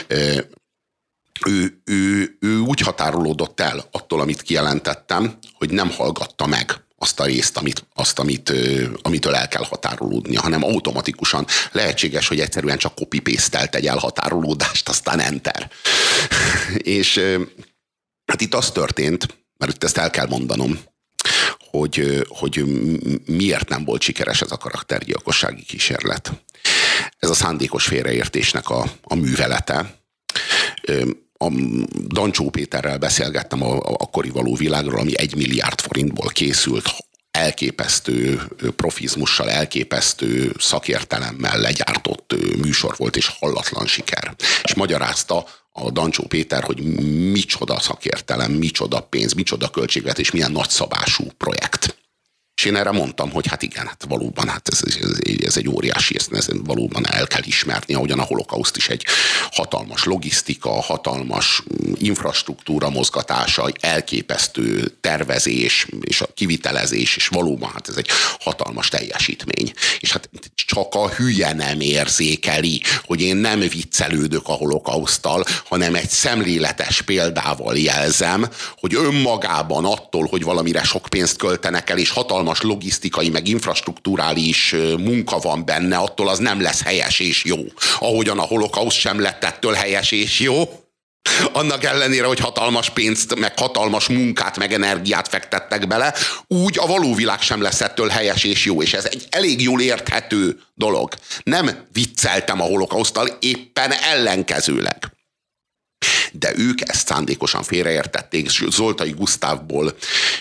Ő úgy határolódott el attól, amit kijelentettem, hogy nem hallgatta meg azt a részt, amitől el kell határolódnia, hanem automatikusan lehetséges, hogy egyszerűen csak copy-paste-telt egy elhatárolódást, aztán enter. És hát itt az történt, mert itt ezt el kell mondanom, hogy miért nem volt sikeres ez a karaktergyilkossági kísérlet. Ez a szándékos félreértésnek a művelete. A Dancsó Péterrel beszélgettem akkori való világról, ami 1 milliárd forintból készült, elképesztő profizmussal, elképesztő szakértelemmel legyártott műsor volt, és hallatlan siker. És magyarázta a Dancsó Péter, hogy micsoda szakértelem, micsoda pénz, micsoda költségvetés, milyen nagyszabású projekt. És én erre mondtam, hogy hát igen, hát valóban ez egy óriási, ez valóban el kell ismerni, ahogyan a holokauszt is egy hatalmas logisztika, hatalmas infrastruktúra mozgatása, elképesztő tervezés és a kivitelezés, és valóban hát ez egy hatalmas teljesítmény. És hát csak a hülye nem érzékeli, hogy én nem viccelődök a holokauszttal, hanem egy szemléletes példával jelzem, hogy önmagában attól, hogy valamire sok pénzt költenek el, és hatalmas logisztikai, meg infrastrukturális munka van benne, attól az nem lesz helyes és jó. Ahogyan a holokauszt sem lett ettől helyes és jó. Annak ellenére, hogy hatalmas pénzt, meg hatalmas munkát, meg energiát fektettek bele, úgy a való világ sem lesz ettől helyes és jó. És ez egy elég jól érthető dolog. Nem vicceltem a holokauszttal, éppen ellenkezőleg. De ők ezt szándékosan félreértették, Zoltai Gusztávból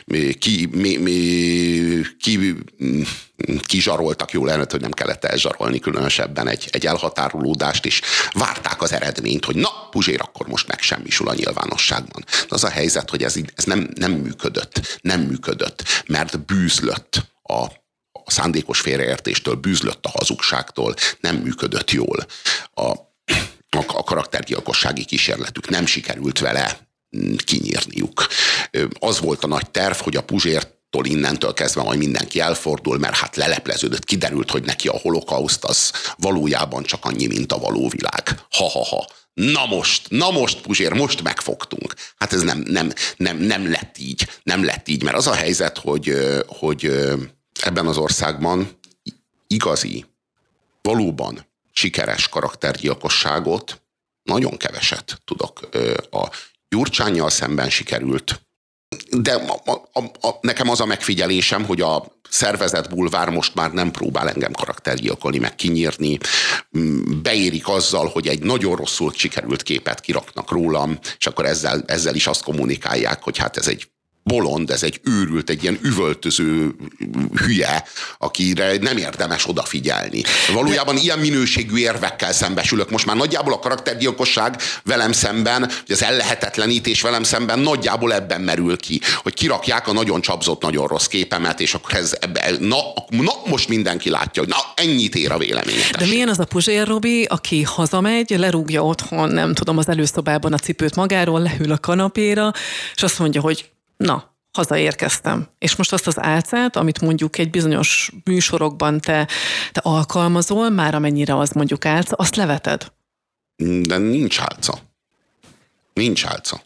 kizsaroltak, jól lehet, hogy nem kellett elzsarolni különösebben egy elhatárolódást, és várták az eredményt, hogy na, Puzsér akkor most megsemmisül a nyilvánosságban. De az a helyzet, hogy ez nem működött, mert bűzlött a szándékos félreértéstől, bűzlött a hazugságtól, nem működött jól. A karaktergyilkossági kísérletük nem sikerült vele kinyírniuk. Az volt a nagy terv, hogy a Puzsértól innentől kezdve majd mindenki elfordul, mert hát lelepleződött, kiderült, hogy neki a holokauszt az valójában csak annyi, mint a való világ. Ha. Na most Puzsér, most megfogtunk. Hát ez nem lett így. Nem lett így, mert az a helyzet, hogy ebben az országban igazi, valóban sikeres karaktergyilkosságot nagyon keveset tudok. A Gyurcsánnyal szemben sikerült, de nekem az a megfigyelésem, hogy a szervezett bulvár most már nem próbál engem karaktergyilkolni, meg kinyírni. Beérik azzal, hogy egy nagyon rosszul sikerült képet kiraknak rólam, és akkor ezzel is azt kommunikálják, hogy hát ez egy bolond, ez egy őrült, egy ilyen üvöltöző hülye, akire nem érdemes odafigyelni. Valójában ilyen minőségű érvekkel szembesülök. Most már nagyjából a karaktergyilkosság velem szemben, vagy az ellehetetlenítés velem szemben nagyjából ebben merül ki, hogy kirakják a nagyon csapzott, nagyon rossz képemet, és akkor na most mindenki látja, hogy na ennyit ér a véleményet. De milyen az a Puzsér Robi, aki hazamegy, lerúgja otthon, nem tudom, az előszobában a cipőt magáról, leül a kanapéra, és azt mondja, hogy na, hazaérkeztem. És most azt az álcát, amit mondjuk egy bizonyos műsorokban te alkalmazol, már amennyire az mondjuk álca, azt leveted. De nincs álca. Nincs álca.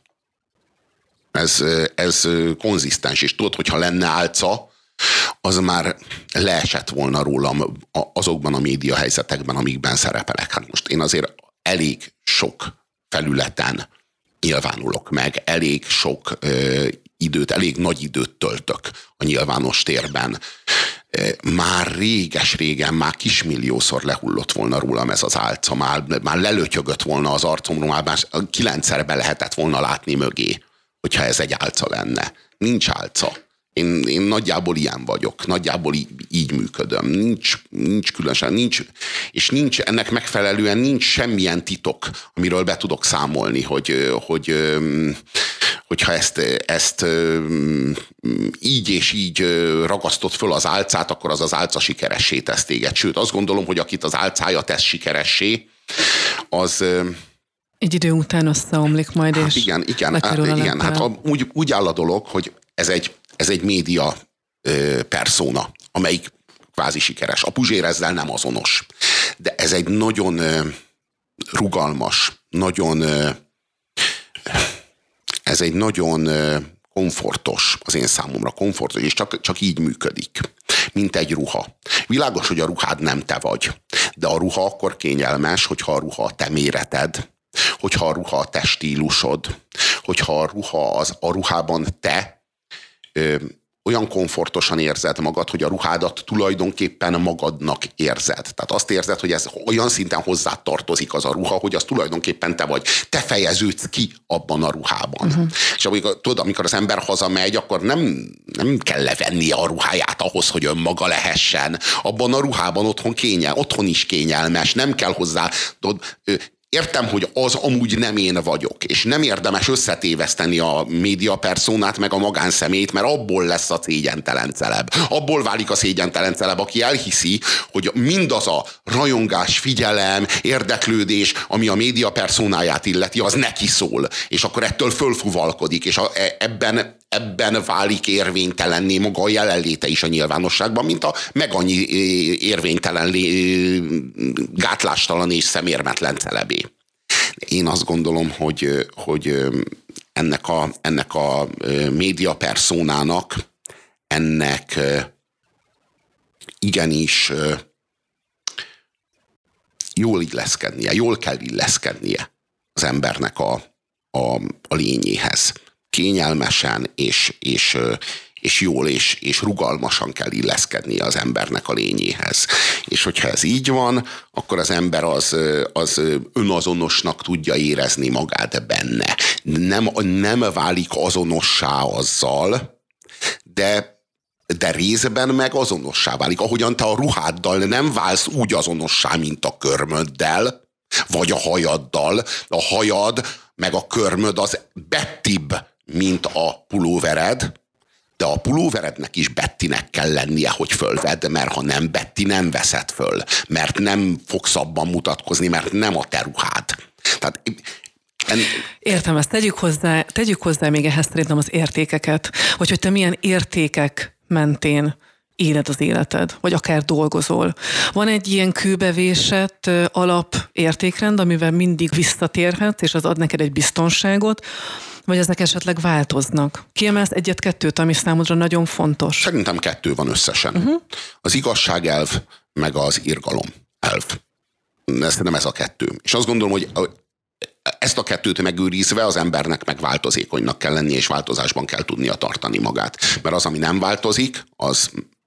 Ez konzisztens, és tudod, hogyha lenne álca, az már leesett volna rólam azokban a média helyzetekben, amikben szerepelek. Hát most én azért elég sok felületen nyilvánulok meg, elég sok elég nagy időt töltök a nyilvános térben. Már réges-régen, már kismilliószor lehullott volna rólam ez az álca, már lelötyögött volna az arcomról, már 9-szer be lehetett volna látni mögé, hogyha ez egy álca lenne. Nincs álca. Én nagyjából ilyen vagyok, nagyjából így működöm. Nincs különösen, és ennek megfelelően nincs semmilyen titok, amiről be tudok számolni, hogyha ezt így és így ragasztott föl az álcát, akkor az álca sikeressé tesz téged. Sőt, azt gondolom, hogy akit az álcája tesz sikeressé, az... Egy idő után összeomlik majd, és igen, hát úgy áll a dolog, hogy ez egy média persona, amelyik kvázi sikeres. A Puzsér ezzel nem azonos. De ez egy nagyon rugalmas, ez egy nagyon komfortos, az én számomra komfortos, és csak így működik. Mint egy ruha. Világos, hogy a ruhád nem te vagy. De a ruha akkor kényelmes, hogyha a ruha a te méreted, hogyha a ruha a te stílusod, hogyha a ruhában te olyan komfortosan érzed magad, hogy a ruhádat tulajdonképpen magadnak érzed. Tehát azt érzed, hogy ez olyan szinten hozzád tartozik az a ruha, hogy az tulajdonképpen te vagy. Te fejeződsz ki abban a ruhában. Uh-huh. És amikor az ember hazamegy, akkor nem kell levennie a ruháját ahhoz, hogy önmaga lehessen. Abban a ruhában otthon is kényelmes, nem kell hozzá... Értem, hogy az amúgy nem én vagyok, és nem érdemes összetéveszteni a média personát meg a magánszemét, mert abból lesz a szégyentelen celeb. Abból válik a szégyentelen celeb, aki elhiszi, hogy mindaz a rajongás, figyelem, érdeklődés, ami a média personáját illeti, az neki szól. És akkor ettől fölfuvalkodik, és ebben válik érvénytelenné maga a jelenléte is a nyilvánosságban, mint a meg annyi érvénytelen, gátlástalan és szemérmetlen celebé. Én azt gondolom, hogy ennek a média personának, ennek igenis jól kell illeszkednie az embernek a lényéhez. Kényelmesen és jól és rugalmasan kell illeszkednie az embernek a lényéhez. És hogyha ez így van, akkor az ember az önazonosnak tudja érezni magát benne. Nem válik azonossá azzal, de részben meg azonossá válik. Ahogyan te a ruháddal nem válsz úgy azonossá, mint a körmöddel, vagy a hajaddal. A hajad meg a körmöd az bettibb, mint a pulóvered, de a pulóverednek is bettinek kell lennie, hogy fölvedd, mert ha nem betti, nem veszed föl, mert nem fogsz abban mutatkozni, mert nem a te ruhád. Tehát értem, ezt tegyük hozzá még ehhez szerintem az értékeket, hogy te milyen értékek mentén éled az életed, vagy akár dolgozol. Van egy ilyen kőbevésett alapértékrend, amivel mindig visszatérhetsz, és az ad neked egy biztonságot, vagy ezek esetleg változnak? Kiemelsz egyet-kettőt, ami számodra nagyon fontos? Szerintem 2 van összesen. Uh-huh. Az igazságelv, meg az irgalom elv. Nem ez a 2. És azt gondolom, hogy ezt a 2-t megőrizve az embernek meg változékonynak kell lenni, és változásban kell tudnia tartani magát. Mert az, ami nem változik, az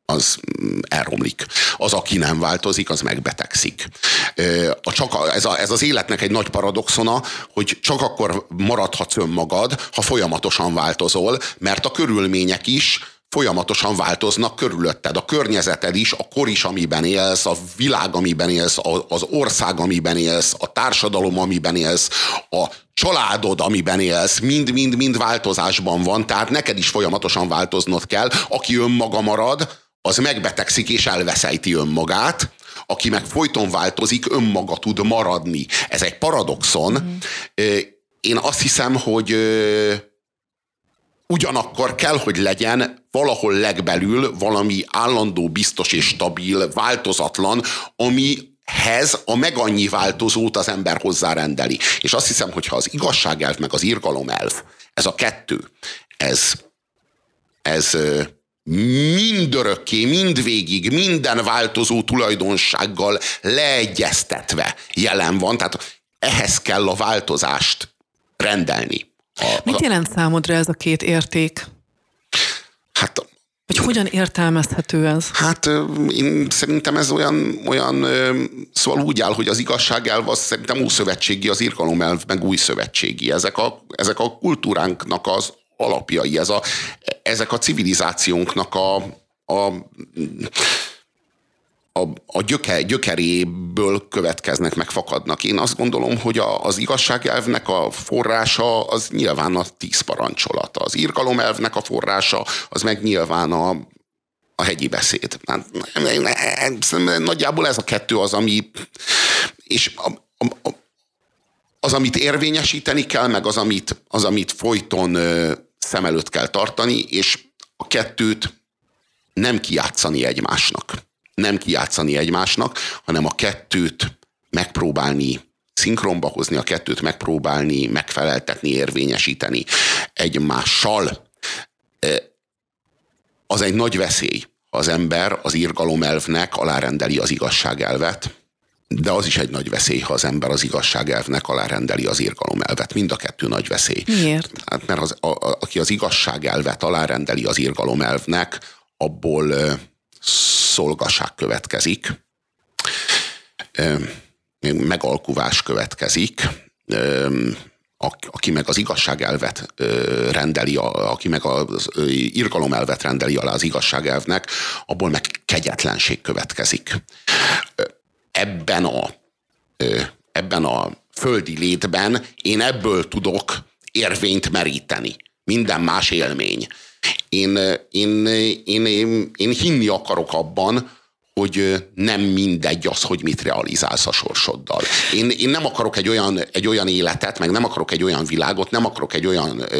az elromlik. Az, aki nem változik, az megbetegszik. Ez az életnek egy nagy paradoxona, hogy csak akkor maradhatsz önmagad, ha folyamatosan változol, mert a körülmények is folyamatosan változnak körülötted. A környezeted is, a kor is, amiben élsz, a világ, amiben élsz, az ország, amiben élsz, a társadalom, amiben élsz, a családod, amiben élsz, mind változásban van, tehát neked is folyamatosan változnod kell. Aki önmaga marad, az megbetegszik és elveszejti önmagát, aki meg folyton változik, önmaga tud maradni. Ez egy paradoxon. Én azt hiszem, hogy ugyanakkor kell, hogy legyen valahol legbelül valami állandó, biztos és stabil, változatlan, amihez a meg annyi változót az ember hozzárendeli. És azt hiszem, hogyha az igazságelv meg az irgalomelv, ez a kettő, ez mindörökké, mindvégig, minden változó tulajdonsággal leegyeztetve jelen van. Tehát ehhez kell a változást rendelni. Mit jelent számodra ez a két érték? Hát, vagy hogyan értelmezhető ez? Hát én szerintem ez olyan szóval úgy áll, hogy az igazságelv az szerintem ószövetségi, az irgalomelv meg új szövetségi. Ezek a kultúránknak az alapjai, ezek a civilizációnknak a gyökeréből következnek, meg fakadnak. Én azt gondolom, hogy az igazságelvnek a forrása az nyilván a 10 parancsolata. Az irgalomelvnek a forrása az meg nyilván a hegyi beszéd. Nagyjából ez a kettő az, ami és az, amit érvényesíteni kell, meg az, amit folyton szem előtt kell tartani, és a kettőt nem kijátszani egymásnak, hanem a kettőt megpróbálni szinkronba hozni, a kettőt megpróbálni megfeleltetni, érvényesíteni egymással. Az egy nagy veszély, ha az ember az irgalomelvnek alárendeli az igazságelvet, de az is egy nagy veszély, ha az ember az igazságelvnek alárendeli az irgalomelvet. Mind a kettő nagy veszély. Miért? Hát mert aki az igazságelvet alárendeli az irgalomelvnek, abból szolgaság következik, megalkuvás következik, aki meg az igazságelvet rendeli, aki meg az irgalomelvet rendeli alá az igazságelvnek, abból meg kegyetlenség következik. Ebben a földi létben én ebből tudok érvényt meríteni. Minden más élmény. Én hinni akarok abban, hogy nem mindegy az, hogy mit realizálsz a sorsoddal. Én nem akarok egy olyan életet, meg nem akarok egy olyan világot, nem akarok egy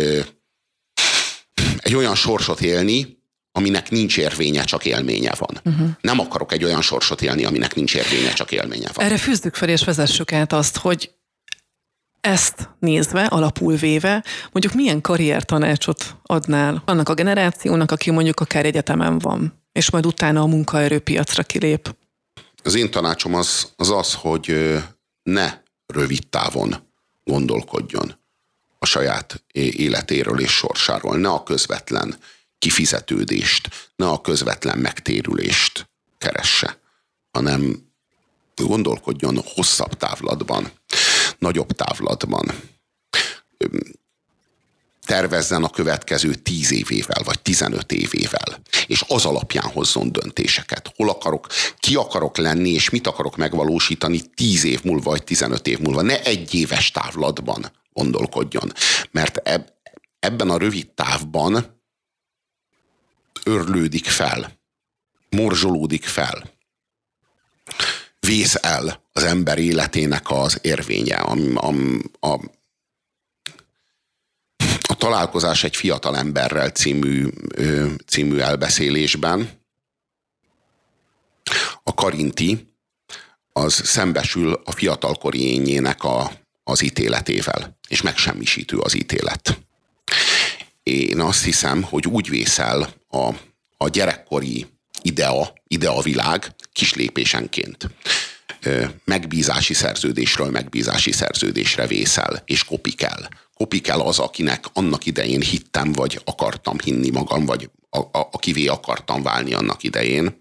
olyan sorsot élni, aminek nincs érvénye, csak élménye van. Nem akarok egy olyan sorsot élni, aminek nincs érvénye, csak élménye van. Erre fűzzük fel és vezessük át azt, hogy ezt nézve, alapul véve, mondjuk milyen karriertanácsot adnál annak a generációnak, aki mondjuk akár egyetemen van, és majd utána a munkaerőpiacra kilép? Az én tanácsom az, hogy ne rövid távon gondolkodjon a saját életéről és sorsáról. Ne a közvetlen kifizetődést, ne a közvetlen megtérülést keresse, hanem gondolkodjon hosszabb távlatban, nagyobb távlatban. Tervezzen a következő 10 évével, vagy 15 évével, és az alapján hozzon döntéseket. Ki akarok lenni, és mit akarok megvalósítani 10 év múlva, vagy 15 év múlva. Ne egy éves távlatban gondolkodjon. Mert ebben a rövid távban örlődik fel, morzsolódik fel, vész el az ember életének az érvénye. A Találkozás egy fiatal emberrel című elbeszélésben a Karinti az szembesül a fiatalkori énjének az ítéletével, és megsemmisítő az ítélet. Én azt hiszem, hogy úgy vészel a gyerekkori ideavilág kislépésenként. megbízási szerződésről megbízási szerződésre vészel, és kopik el. Kopik el az, akinek annak idején hittem, vagy akartam hinni magam, vagy akivé akartam válni annak idején.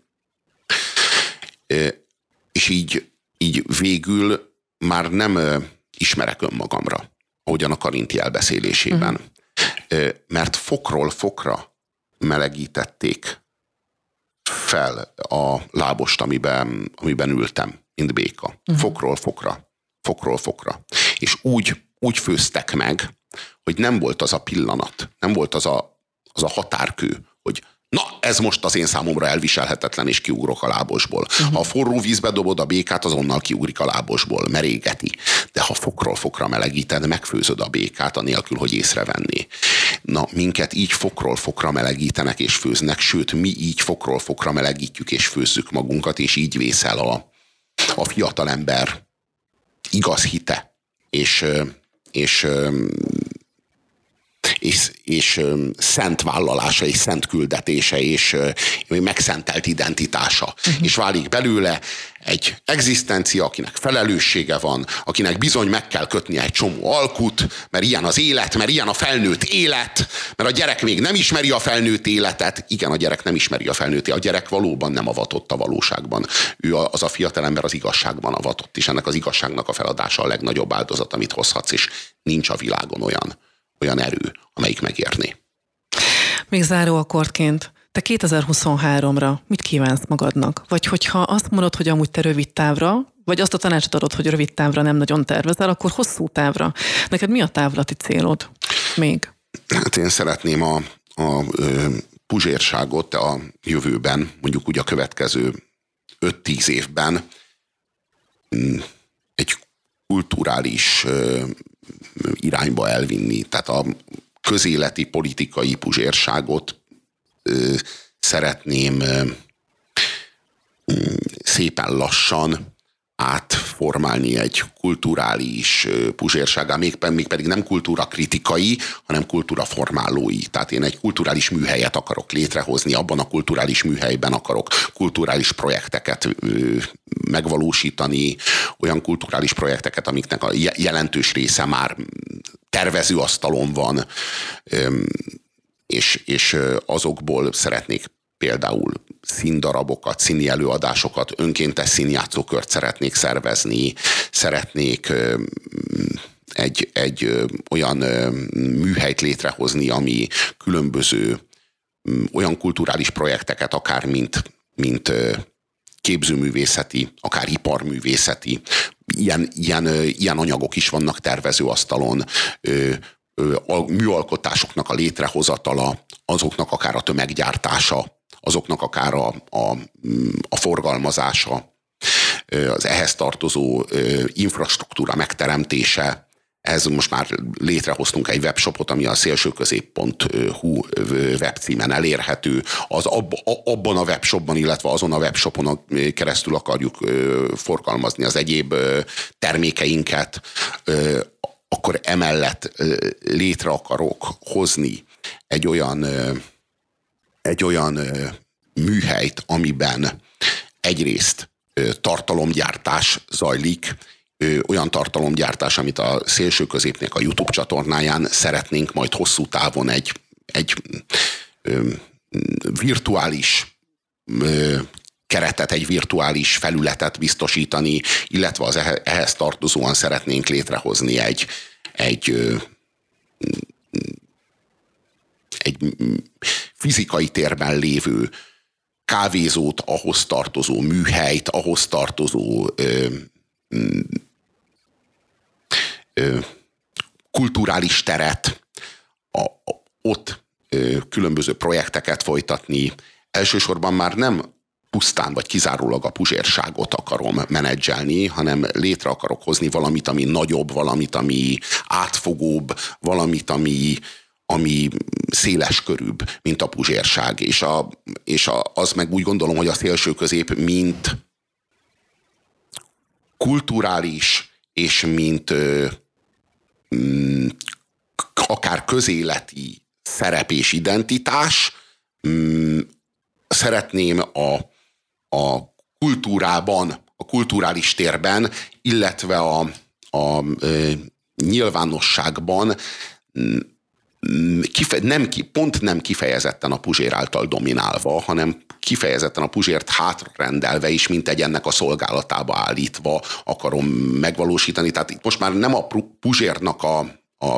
És így végül már nem ismerek önmagamra, ahogyan a Karinti elbeszélésében. Mert fokról fokra melegítették fel a lábost, amiben ültem, mint béka. Fokról fokra. És úgy főztek meg, hogy nem volt az a pillanat, nem volt az a határkő, hogy na, ez most az én számomra elviselhetetlen, és kiugrok a lábosból. Ha a forró vízbe dobod a békát, azonnal kiugrik a lábosból, mert égeti. De ha fokról fokra melegíted, megfőzöd a békát, anélkül, hogy észrevenné. Na, minket így fokról fokra melegítenek és főznek, sőt, mi így fokról fokra melegítjük és főzzük magunkat, és így vészel a fiatalember igaz hite, és szent vállalása, és szent küldetése, és megszentelt identitása. És válik belőle egy egzisztencia, akinek felelőssége van, akinek bizony meg kell kötnie egy csomó alkut, mert ilyen az élet, mert ilyen a felnőtt élet, mert a gyerek még nem ismeri a felnőtt életet. Igen, a gyerek nem ismeri a felnőtt életet. A gyerek valóban nem avatott a valóságban. Ő az a fiatalember az igazságban avatott, és ennek az igazságnak a feladása a legnagyobb áldozat, amit hozhatsz, és nincs a világon olyan erő, amelyik megérné. Még záró akkordként, te 2023-ra mit kívánsz magadnak? Vagy hogyha azt mondod, hogy amúgy te rövid távra, vagy azt a tanácsot adod, hogy rövid távra nem nagyon tervezel, akkor hosszú távra. Neked mi a távlati célod még? Hát én szeretném a puzsérságot a jövőben, mondjuk úgy a következő 5-10 évben egy kulturális irányba elvinni. Tehát a közéleti politikai puzsérságot szeretném szépen lassan átformálni egy kulturális puzsérságá, még pedig nem kultúra kritikai, hanem kultúra formálói. Tehát én egy kulturális műhelyet akarok létrehozni, abban a kulturális műhelyben akarok kulturális projekteket megvalósítani, olyan kulturális projekteket, amiknek a jelentős része már tervezőasztalon van, és azokból szeretnék például színdarabokat, színi előadásokat, önkéntes színjátszókört szeretnék szervezni, szeretnék egy olyan műhelyt létrehozni, ami különböző olyan kulturális projekteket, akár mint képzőművészeti, akár iparművészeti, ilyen anyagok is vannak tervezőasztalon, műalkotásoknak a létrehozatala, azoknak akár a tömeggyártása, azoknak akár a forgalmazása, az ehhez tartozó infrastruktúra megteremtése. Ez most már létrehoztunk egy webshopot, ami a szélsőközép.hu webcímen elérhető. Abban a webshopban, illetve azon a webshopon keresztül akarjuk forgalmazni az egyéb termékeinket. Akkor emellett létre akarok hozni egy olyan műhelyt, amiben egyrészt tartalomgyártás zajlik, olyan tartalomgyártás, amit a Szélsőközépnek a YouTube csatornáján szeretnénk majd hosszú távon egy virtuális keretet, egy virtuális felületet biztosítani, illetve az ehhez tartozóan szeretnénk létrehozni egy fizikai térben lévő kávézót, ahhoz tartozó műhelyt, ahhoz tartozó kulturális teret, ott különböző projekteket folytatni. Elsősorban már nem pusztán vagy kizárólag a puzsérságot akarom menedzselni, hanem létre akarok hozni valamit, ami nagyobb, valamit, ami átfogóbb, valamit, ami széles körűbb, mint a puzsérság. És az meg úgy gondolom, hogy a Szélsőközép mint kulturális, és mint akár közéleti szerep és identitás, szeretném a kultúrában a kulturális térben, illetve a nyilvánosságban pont nem kifejezetten a Puzsér által dominálva, hanem kifejezetten a Puzsért hátrarendelve is, mint egy ennek a szolgálatába állítva akarom megvalósítani. Tehát itt most már nem a Puzsérnak a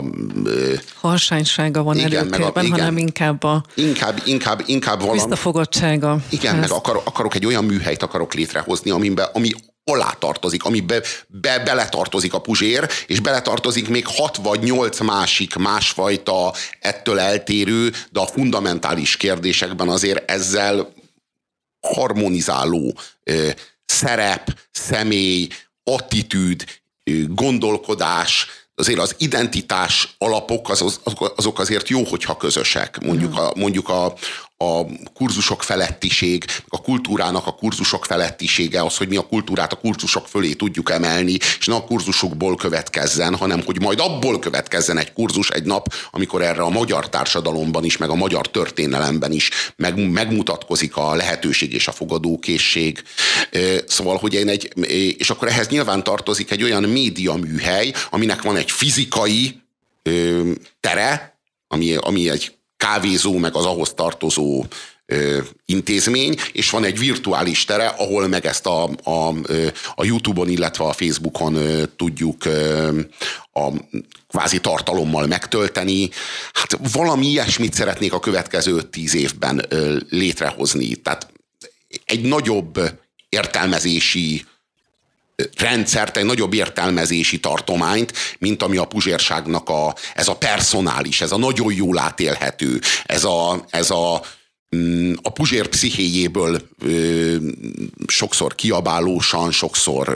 harsánysága van előtérben, hanem inkább a valami visszafogottsága. Igen, meg akarok egy olyan műhelyt akarok létrehozni, ami alá tartozik, ami beletartozik a Puzsér, és beletartozik még 6 vagy 8 másfajta ettől eltérő, de a fundamentális kérdésekben azért ezzel harmonizáló szerep, személy, attitűd, gondolkodás, azért az identitás alapok azok azért jó, hogyha közösek. Mondjuk a kurzusok felettiség, a kultúrának a kurzusok felettisége az, hogy mi a kultúrát a kurzusok fölé tudjuk emelni, és ne a kurzusokból következzen, hanem hogy majd abból következzen egy kurzus egy nap, amikor erre a magyar társadalomban is, meg a magyar történelemben is megmutatkozik a lehetőség és a fogadókészség. Szóval, hogy és akkor ehhez nyilván tartozik egy olyan médiaműhely, aminek van egy fizikai tere, ami egy kávézó, meg az ahhoz tartozó intézmény, és van egy virtuális tere, ahol meg ezt a YouTube-on, illetve a Facebookon tudjuk a kvázi tartalommal megtölteni. Hát valami ilyesmit szeretnék a következő 5-10 évben létrehozni. Tehát egy nagyobb értelmezési rendszert, egy nagyobb értelmezési tartományt, mint ami a puzsérságnak ez a personális, ez a nagyon jól átélhető, ez a Puzsér pszichéjéből sokszor kiabálósan, sokszor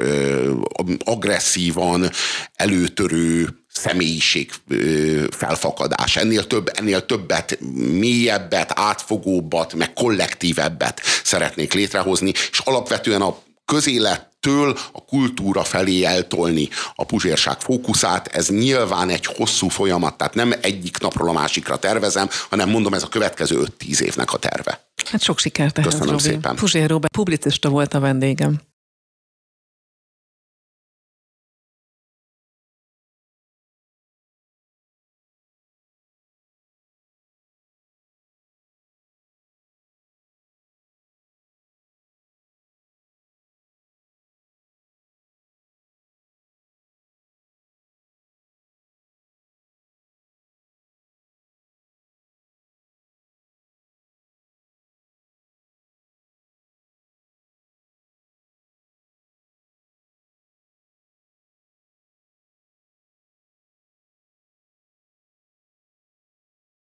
agresszívan előtörő személyiség felfakadás. Ennél többet, mélyebbet, átfogóbbat, meg kollektívebbet szeretnék létrehozni, és alapvetően a közélettől a kultúra felé eltolni a puzsérság fókuszát. Ez nyilván egy hosszú folyamat, tehát nem egyik napról a másikra tervezem, hanem mondom, ez a következő 5-10 évnek a terve. Hát sok sikert ehhez, Köszönöm Robi. szépen. Puzsér Róbert publicista volt a vendégem.